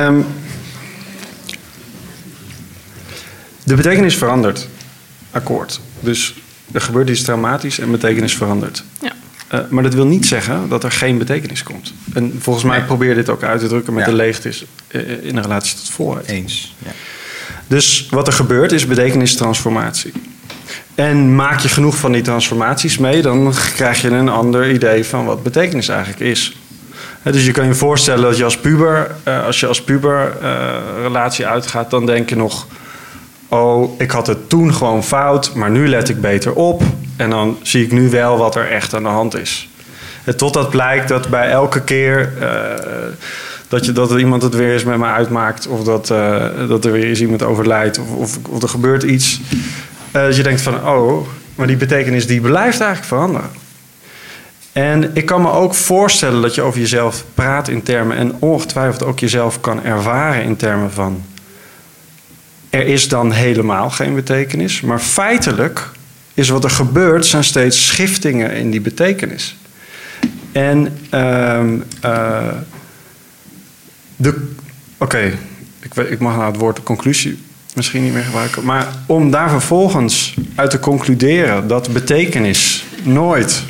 de betekenis verandert. Akkoord. Dus er gebeurt iets traumatisch en betekenis verandert. Ja. Maar dat wil niet zeggen dat er geen betekenis komt. En volgens mij probeer je dit ook uit te drukken met de leegtes in een relatie tot volheid. Eens. Ja. Dus wat er gebeurt is betekenistransformatie. En maak je genoeg van die transformaties mee, dan krijg je een ander idee van wat betekenis eigenlijk is. Dus je kan je voorstellen dat je als puber relatie uitgaat, dan denk je nog, oh, ik had het toen gewoon fout, maar nu let ik beter op. En dan zie ik nu wel wat er echt aan de hand is. Totdat blijkt dat bij elke keer dat er iemand het weer eens met me uitmaakt, of dat er weer eens iemand overlijdt, of er gebeurt iets. Dat je denkt van, oh, maar die betekenis die blijft eigenlijk veranderen. En ik kan me ook voorstellen dat je over jezelf praat in termen, en ongetwijfeld ook jezelf kan ervaren in termen van, er is dan helemaal geen betekenis. Maar feitelijk is wat er gebeurt, zijn steeds schiftingen in die betekenis. En ik mag nou het woord conclusie misschien niet meer gebruiken. Maar om daar vervolgens uit te concluderen dat betekenis nooit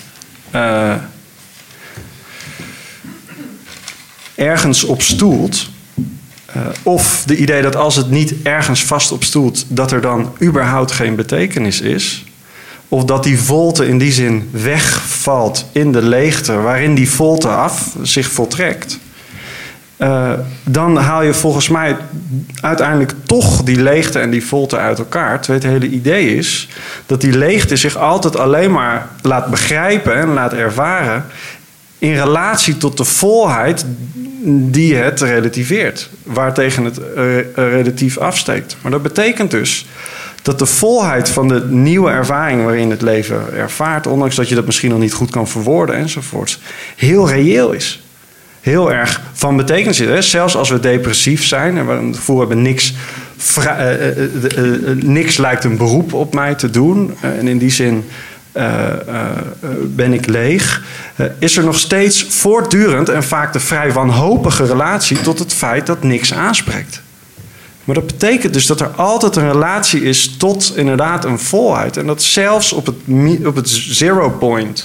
ergens op stoelt. Of de idee dat als het niet ergens vast op stoelt, dat er dan überhaupt geen betekenis is. Of dat die volte in die zin wegvalt in de leegte waarin die volte zich voltrekt. Dan haal je volgens mij uiteindelijk toch die leegte en die volte uit elkaar. Terwijl het hele idee is dat die leegte zich altijd alleen maar laat begrijpen en laat ervaren in relatie tot de volheid die het relativeert. Waartegen het relatief afsteekt. Maar dat betekent dus dat de volheid van de nieuwe ervaring waarin het leven ervaart, ondanks dat je dat misschien nog niet goed kan verwoorden enzovoorts, heel reëel is. Heel erg van betekenis is. Zelfs als we depressief zijn en we het gevoel hebben niks lijkt een beroep op mij te doen. En in die zin ben ik leeg. Is er nog steeds voortdurend en vaak de vrij wanhopige relatie tot het feit dat niks aanspreekt. Maar dat betekent dus dat er altijd een relatie is tot inderdaad een volheid. En dat zelfs op het zero point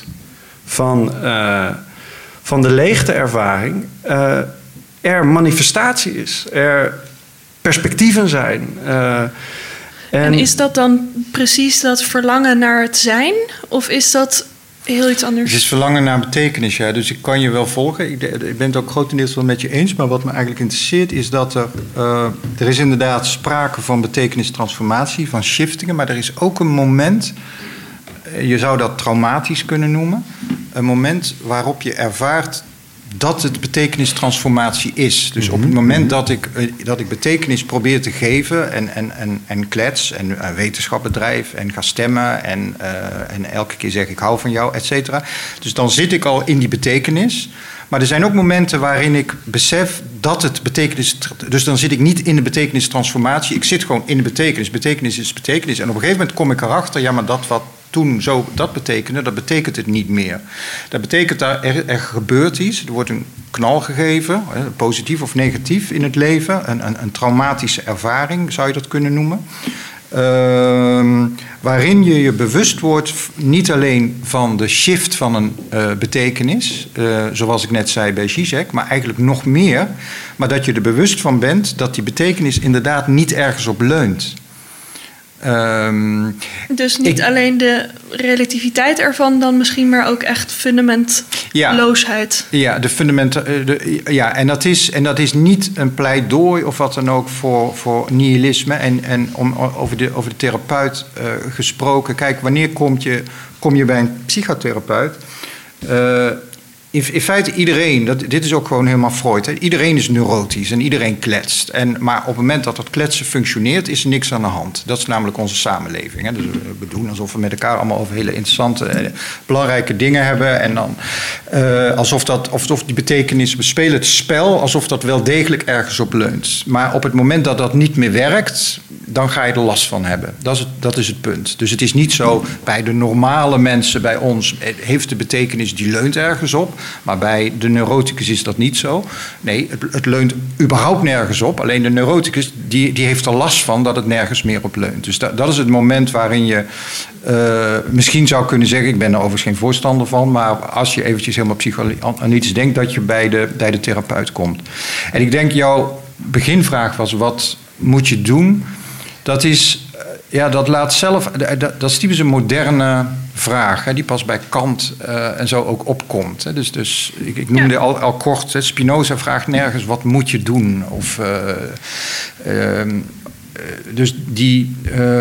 van de leegteervaring er manifestatie is. Er perspectieven zijn. En is dat dan precies dat verlangen naar het zijn? Of is dat heel iets anders? Het is verlangen naar betekenis, ja. Dus ik kan je wel volgen. Ik ben het ook grotendeels wel met je eens. Maar wat me eigenlijk interesseert is dat er is inderdaad sprake van betekenistransformatie, van shiftingen. Maar er is ook een moment, je zou dat traumatisch kunnen noemen. Een moment waarop je ervaart dat het betekenistransformatie is. Dus op het moment dat ik betekenis probeer te geven en klets en wetenschap bedrijf en ga stemmen en elke keer zeg ik hou van jou, et cetera. Dus dan zit ik al in die betekenis. Maar er zijn ook momenten waarin ik besef dat het betekenis... Dus dan zit ik niet in de betekenistransformatie. Ik zit gewoon in de betekenis. Betekenis is betekenis. En op een gegeven moment kom ik erachter... ja, maar dat wat toen zo dat betekende, dat betekent het niet meer. Dat betekent dat er gebeurt iets. Er wordt een knal gegeven, positief of negatief in het leven. Een traumatische ervaring, zou je dat kunnen noemen. Waarin je je bewust wordt niet alleen van de shift van een betekenis, zoals ik net zei bij Zizek, maar eigenlijk nog meer, maar dat je er bewust van bent dat die betekenis inderdaad niet ergens op leunt. Dus niet alleen de relativiteit ervan, dan misschien maar ook echt fundamentloosheid. Ja, en dat is niet een pleidooi of wat dan ook voor nihilisme. En over de therapeut gesproken. Kijk, wanneer kom je bij een psychotherapeut? In feite iedereen, dit is ook gewoon helemaal Freud. Hè? Iedereen is neurotisch en iedereen kletst. Maar op het moment dat dat kletsen functioneert, is er niks aan de hand. Dat is namelijk onze samenleving. Hè? Dus we doen alsof we met elkaar allemaal over hele interessante, belangrijke dingen hebben. En dan alsof die betekenis, we spelen het spel alsof dat wel degelijk ergens op leunt. Maar op het moment dat dat niet meer werkt, dan ga je er last van hebben. Dat is het punt. Dus het is niet zo, bij de normale mensen bij ons heeft de betekenis die leunt ergens op. Maar bij de neuroticus is dat niet zo. Nee, het leunt überhaupt nergens op. Alleen de neuroticus die heeft er last van dat het nergens meer op leunt. Dus dat is het moment waarin je misschien zou kunnen zeggen, ik ben er overigens geen voorstander van, maar als je eventjes helemaal psychoanalytisch denkt, dat je bij de therapeut komt. En ik denk, jouw beginvraag was, wat moet je doen? Dat is, dat laat zelf, dat is typisch een moderne vraag, hè, die pas bij Kant en zo ook opkomt. Hè. Dus ik noemde al kort, hè, Spinoza vraagt nergens, wat moet je doen? Of, dus die,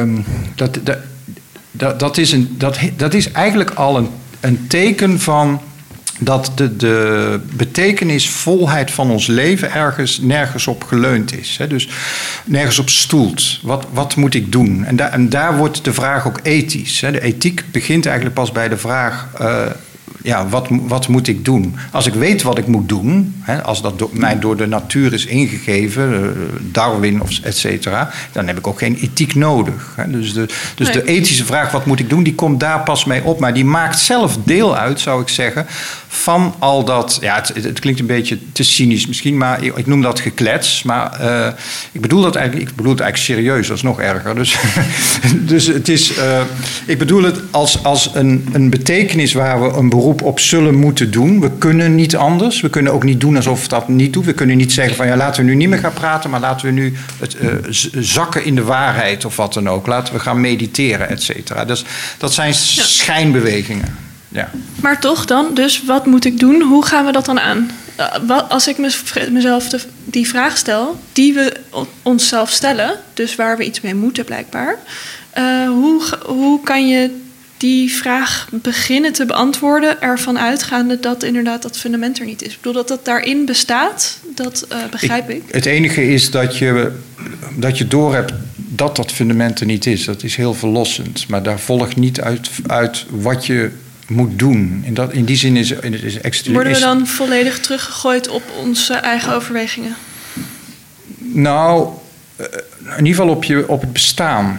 dat is eigenlijk al een teken van dat de betekenisvolheid van ons leven nergens op geleund is. Hè? Dus nergens op stoelt. Wat moet ik doen? En daar wordt de vraag ook ethisch. Hè? De ethiek begint eigenlijk pas bij de vraag, wat moet ik doen? Als ik weet wat ik moet doen, hè, als dat mij door de natuur is ingegeven, Darwin of et cetera, dan heb ik ook geen ethiek nodig. Hè. Dus de ethische vraag, wat moet ik doen, die komt daar pas mee op. Maar die maakt zelf deel uit, zou ik zeggen, van al dat, het klinkt een beetje te cynisch misschien, maar ik noem dat geklets. Maar ik bedoel het eigenlijk serieus, dat is nog erger. Dus het is, ik bedoel het als een betekenis waar we een beroep op zullen moeten doen. We kunnen niet anders. We kunnen ook niet doen alsof we dat niet doen. We kunnen niet zeggen van laten we nu niet meer gaan praten, maar laten we nu het zakken in de waarheid of wat dan ook. Laten we gaan mediteren, et cetera. Dus dat zijn schijnbewegingen. Ja. Maar toch dan, dus wat moet ik doen? Hoe gaan we dat dan aan? Als ik mezelf die vraag stel, die we onszelf stellen, dus waar we iets mee moeten blijkbaar, hoe kan je die vraag beginnen te beantwoorden, ervan uitgaande dat inderdaad dat fundament er niet is? Ik bedoel, dat uit bestaat, dat begrijp ik. Het enige is dat je doorhebt dat fundament er niet is. Dat is heel verlossend. Maar daar volgt niet uit wat je moet doen. In die zin is Worden we dan volledig teruggegooid op onze eigen overwegingen? Nou, in ieder geval op het bestaan.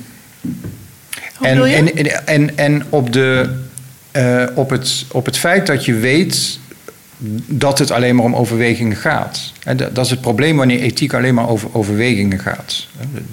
En op het feit dat je weet dat het alleen maar om overwegingen gaat. En dat is het probleem wanneer ethiek alleen maar over overwegingen gaat.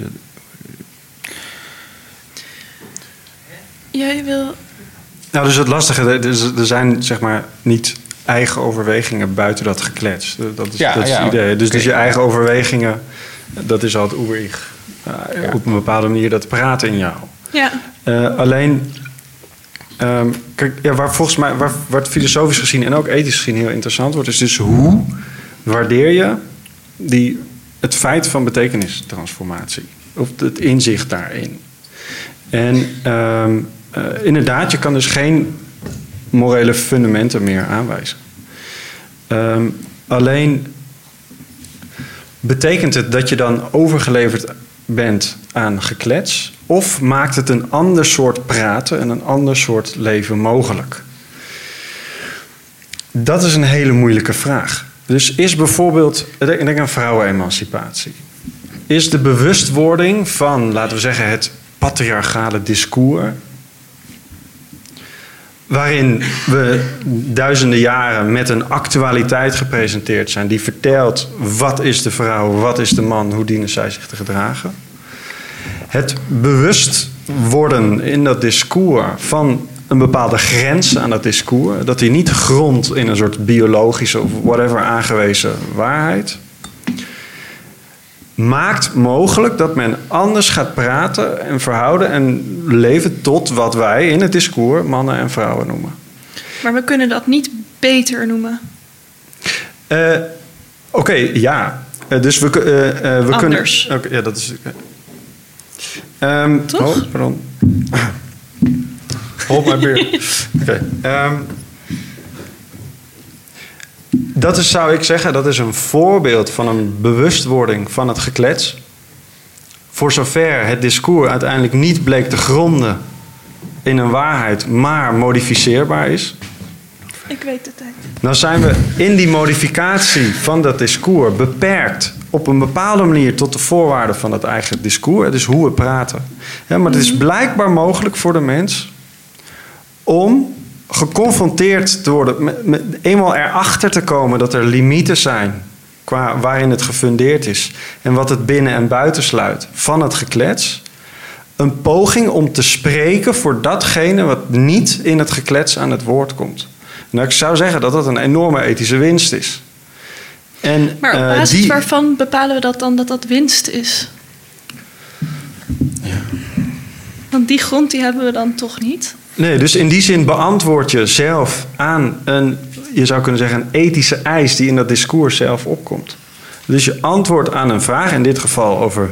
Jij wil... Nou, dus het lastige, er zijn zeg maar niet eigen overwegingen buiten dat geklets. Dat is het idee. Dus je eigen overwegingen, dat is al het oer-ich. Op een bepaalde manier dat praten in jou. Ja. Alleen, kijk, volgens mij, waar het filosofisch gezien en ook ethisch gezien heel interessant wordt, is dus hoe waardeer je het feit van betekenistransformatie? Of het inzicht daarin? En inderdaad, je kan dus geen morele fundamenten meer aanwijzen. Alleen betekent het dat je dan overgeleverd bent aan geklets? Of maakt het een ander soort praten en een ander soort leven mogelijk? Dat is een hele moeilijke vraag. Dus is bijvoorbeeld, ik denk aan vrouwenemancipatie. Is de bewustwording van, laten we zeggen, het patriarchale discours, waarin we duizenden jaren met een actualiteit gepresenteerd zijn die vertelt wat is de vrouw, wat is de man, hoe dienen zij zich te gedragen. Het bewust worden in dat discours van een bepaalde grens aan dat discours, dat die niet grondt in een soort biologische of whatever aangewezen waarheid, maakt mogelijk dat men anders gaat praten en verhouden en leven tot wat wij in het discours mannen en vrouwen noemen. Maar we kunnen dat niet beter noemen. Oké, ja. Dus we Anders. kunnen. Ja, dat is. Toch? Oh, pardon. Hold my beer. Oké. Dat is, zou ik zeggen, dat is een voorbeeld van een bewustwording van het geklets. Voor zover het discours uiteindelijk niet bleek te gronden in een waarheid, maar modificeerbaar is. Ik weet de tijd. Nou zijn we in die modificatie van dat discours beperkt op een bepaalde manier tot de voorwaarden van het eigen discours. Dus hoe we praten. Ja, maar het is blijkbaar mogelijk voor de mens om geconfronteerd te worden, met eenmaal erachter te komen dat er limieten zijn waarin het gefundeerd is en wat het binnen en buiten sluit van het geklets, een poging om te spreken voor datgene wat niet in het geklets aan het woord komt. Nou, ik zou zeggen dat dat een enorme ethische winst is. En, Maar op basis waarvan bepalen we dat dan dat dat winst is? Ja. Want die grond die hebben we dan toch niet? Nee, dus in die zin beantwoord je zelf aan een, je zou kunnen zeggen, een ethische eis die in dat discours zelf opkomt. Dus je antwoordt aan een vraag, in dit geval over,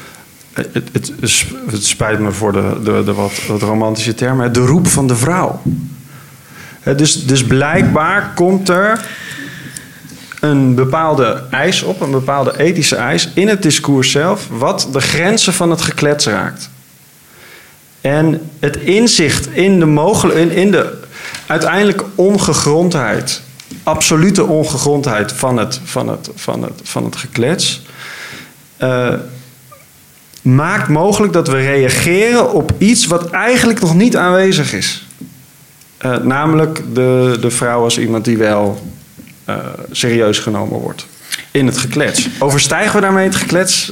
het spijt me voor de wat romantische termen, de roep van de vrouw. Dus blijkbaar komt er een bepaalde eis op, een bepaalde ethische eis in het discours zelf, wat de grenzen van het geklets raakt. En het inzicht in de uiteindelijk ongegrondheid, absolute ongegrondheid van het geklets, maakt mogelijk dat we reageren op iets wat eigenlijk nog niet aanwezig is. Namelijk de vrouw als iemand die wel serieus genomen wordt in het geklets. Overstijgen we daarmee het geklets?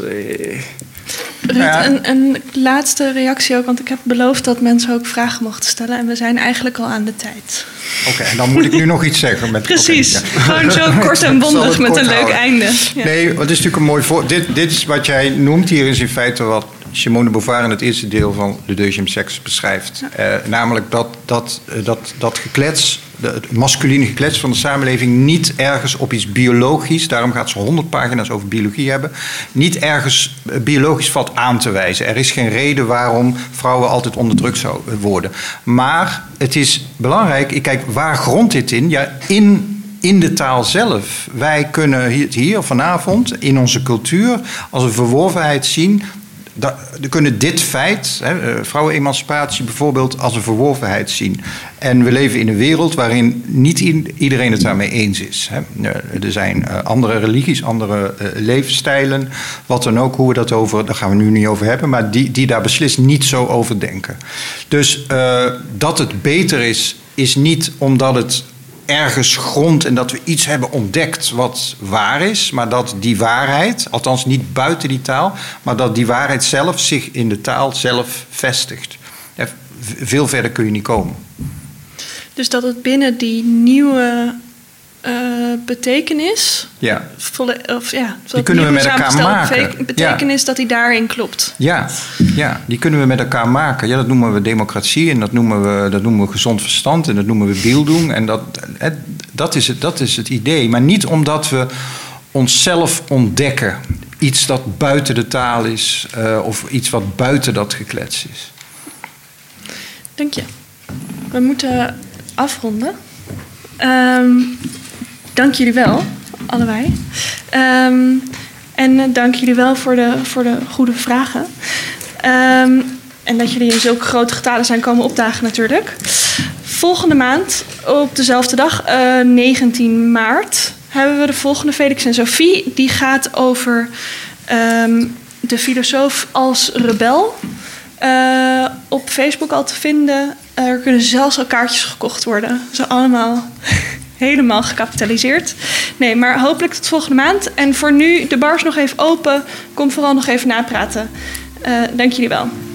Ruud, een laatste reactie ook, want ik heb beloofd dat mensen ook vragen mochten stellen en we zijn eigenlijk al aan de tijd. Oké, en dan moet ik nu nog iets zeggen. Precies, ja. Gewoon zo kort en bondig met een leuk einde. Ja. Nee, het is natuurlijk een mooi dit is wat jij noemt hier, is in feite wat Simone de Beauvoir in het eerste deel van Le Deuxième Sexe beschrijft. Namelijk dat geklets, het masculine geklets van de samenleving niet ergens op iets biologisch, daarom gaat ze 100 pagina's over biologie hebben, niet ergens biologisch valt aan te wijzen. Er is geen reden waarom vrouwen altijd onderdrukt zouden worden. Maar het is belangrijk, kijk, waar grondt dit in? Ja, in de taal zelf. Wij kunnen hier vanavond in onze cultuur als een verworvenheid zien. We kunnen dit feit, vrouwenemancipatie bijvoorbeeld, als een verworvenheid zien. En we leven in een wereld waarin niet iedereen het daarmee eens is. Er zijn andere religies, andere levensstijlen, wat dan ook, hoe we dat over, daar gaan we nu niet over hebben, maar die daar beslist niet zo over denken. Dus dat het beter is niet omdat het ergens grond en dat we iets hebben ontdekt wat waar is, maar dat die waarheid, althans niet buiten die taal, maar dat die waarheid zelf zich in de taal zelf vestigt. Veel verder kun je niet komen. Dus dat het binnen die nieuwe betekenis, die kunnen we met elkaar maken. Betekenis dat die daarin klopt. Ja, die kunnen we met elkaar maken. Ja, dat noemen we democratie en dat noemen we gezond verstand en dat noemen we Bildung. En dat is het idee. Maar niet omdat we onszelf ontdekken. Iets dat buiten de taal is of iets wat buiten dat geklets is. Dank je. We moeten afronden. Dank jullie wel, allebei. En dank jullie wel voor de goede vragen. En dat jullie in zulke grote getalen zijn komen opdagen natuurlijk. Volgende maand, op dezelfde dag, 19 maart... hebben we de volgende Felix en Sophie. Die gaat over de filosoof als rebel. Op Facebook al te vinden. Er kunnen zelfs al kaartjes gekocht worden. Zo allemaal helemaal gecapitaliseerd. Nee, maar hopelijk tot volgende maand. En voor nu, de bar is nog even open. Kom vooral nog even napraten. Dank jullie wel.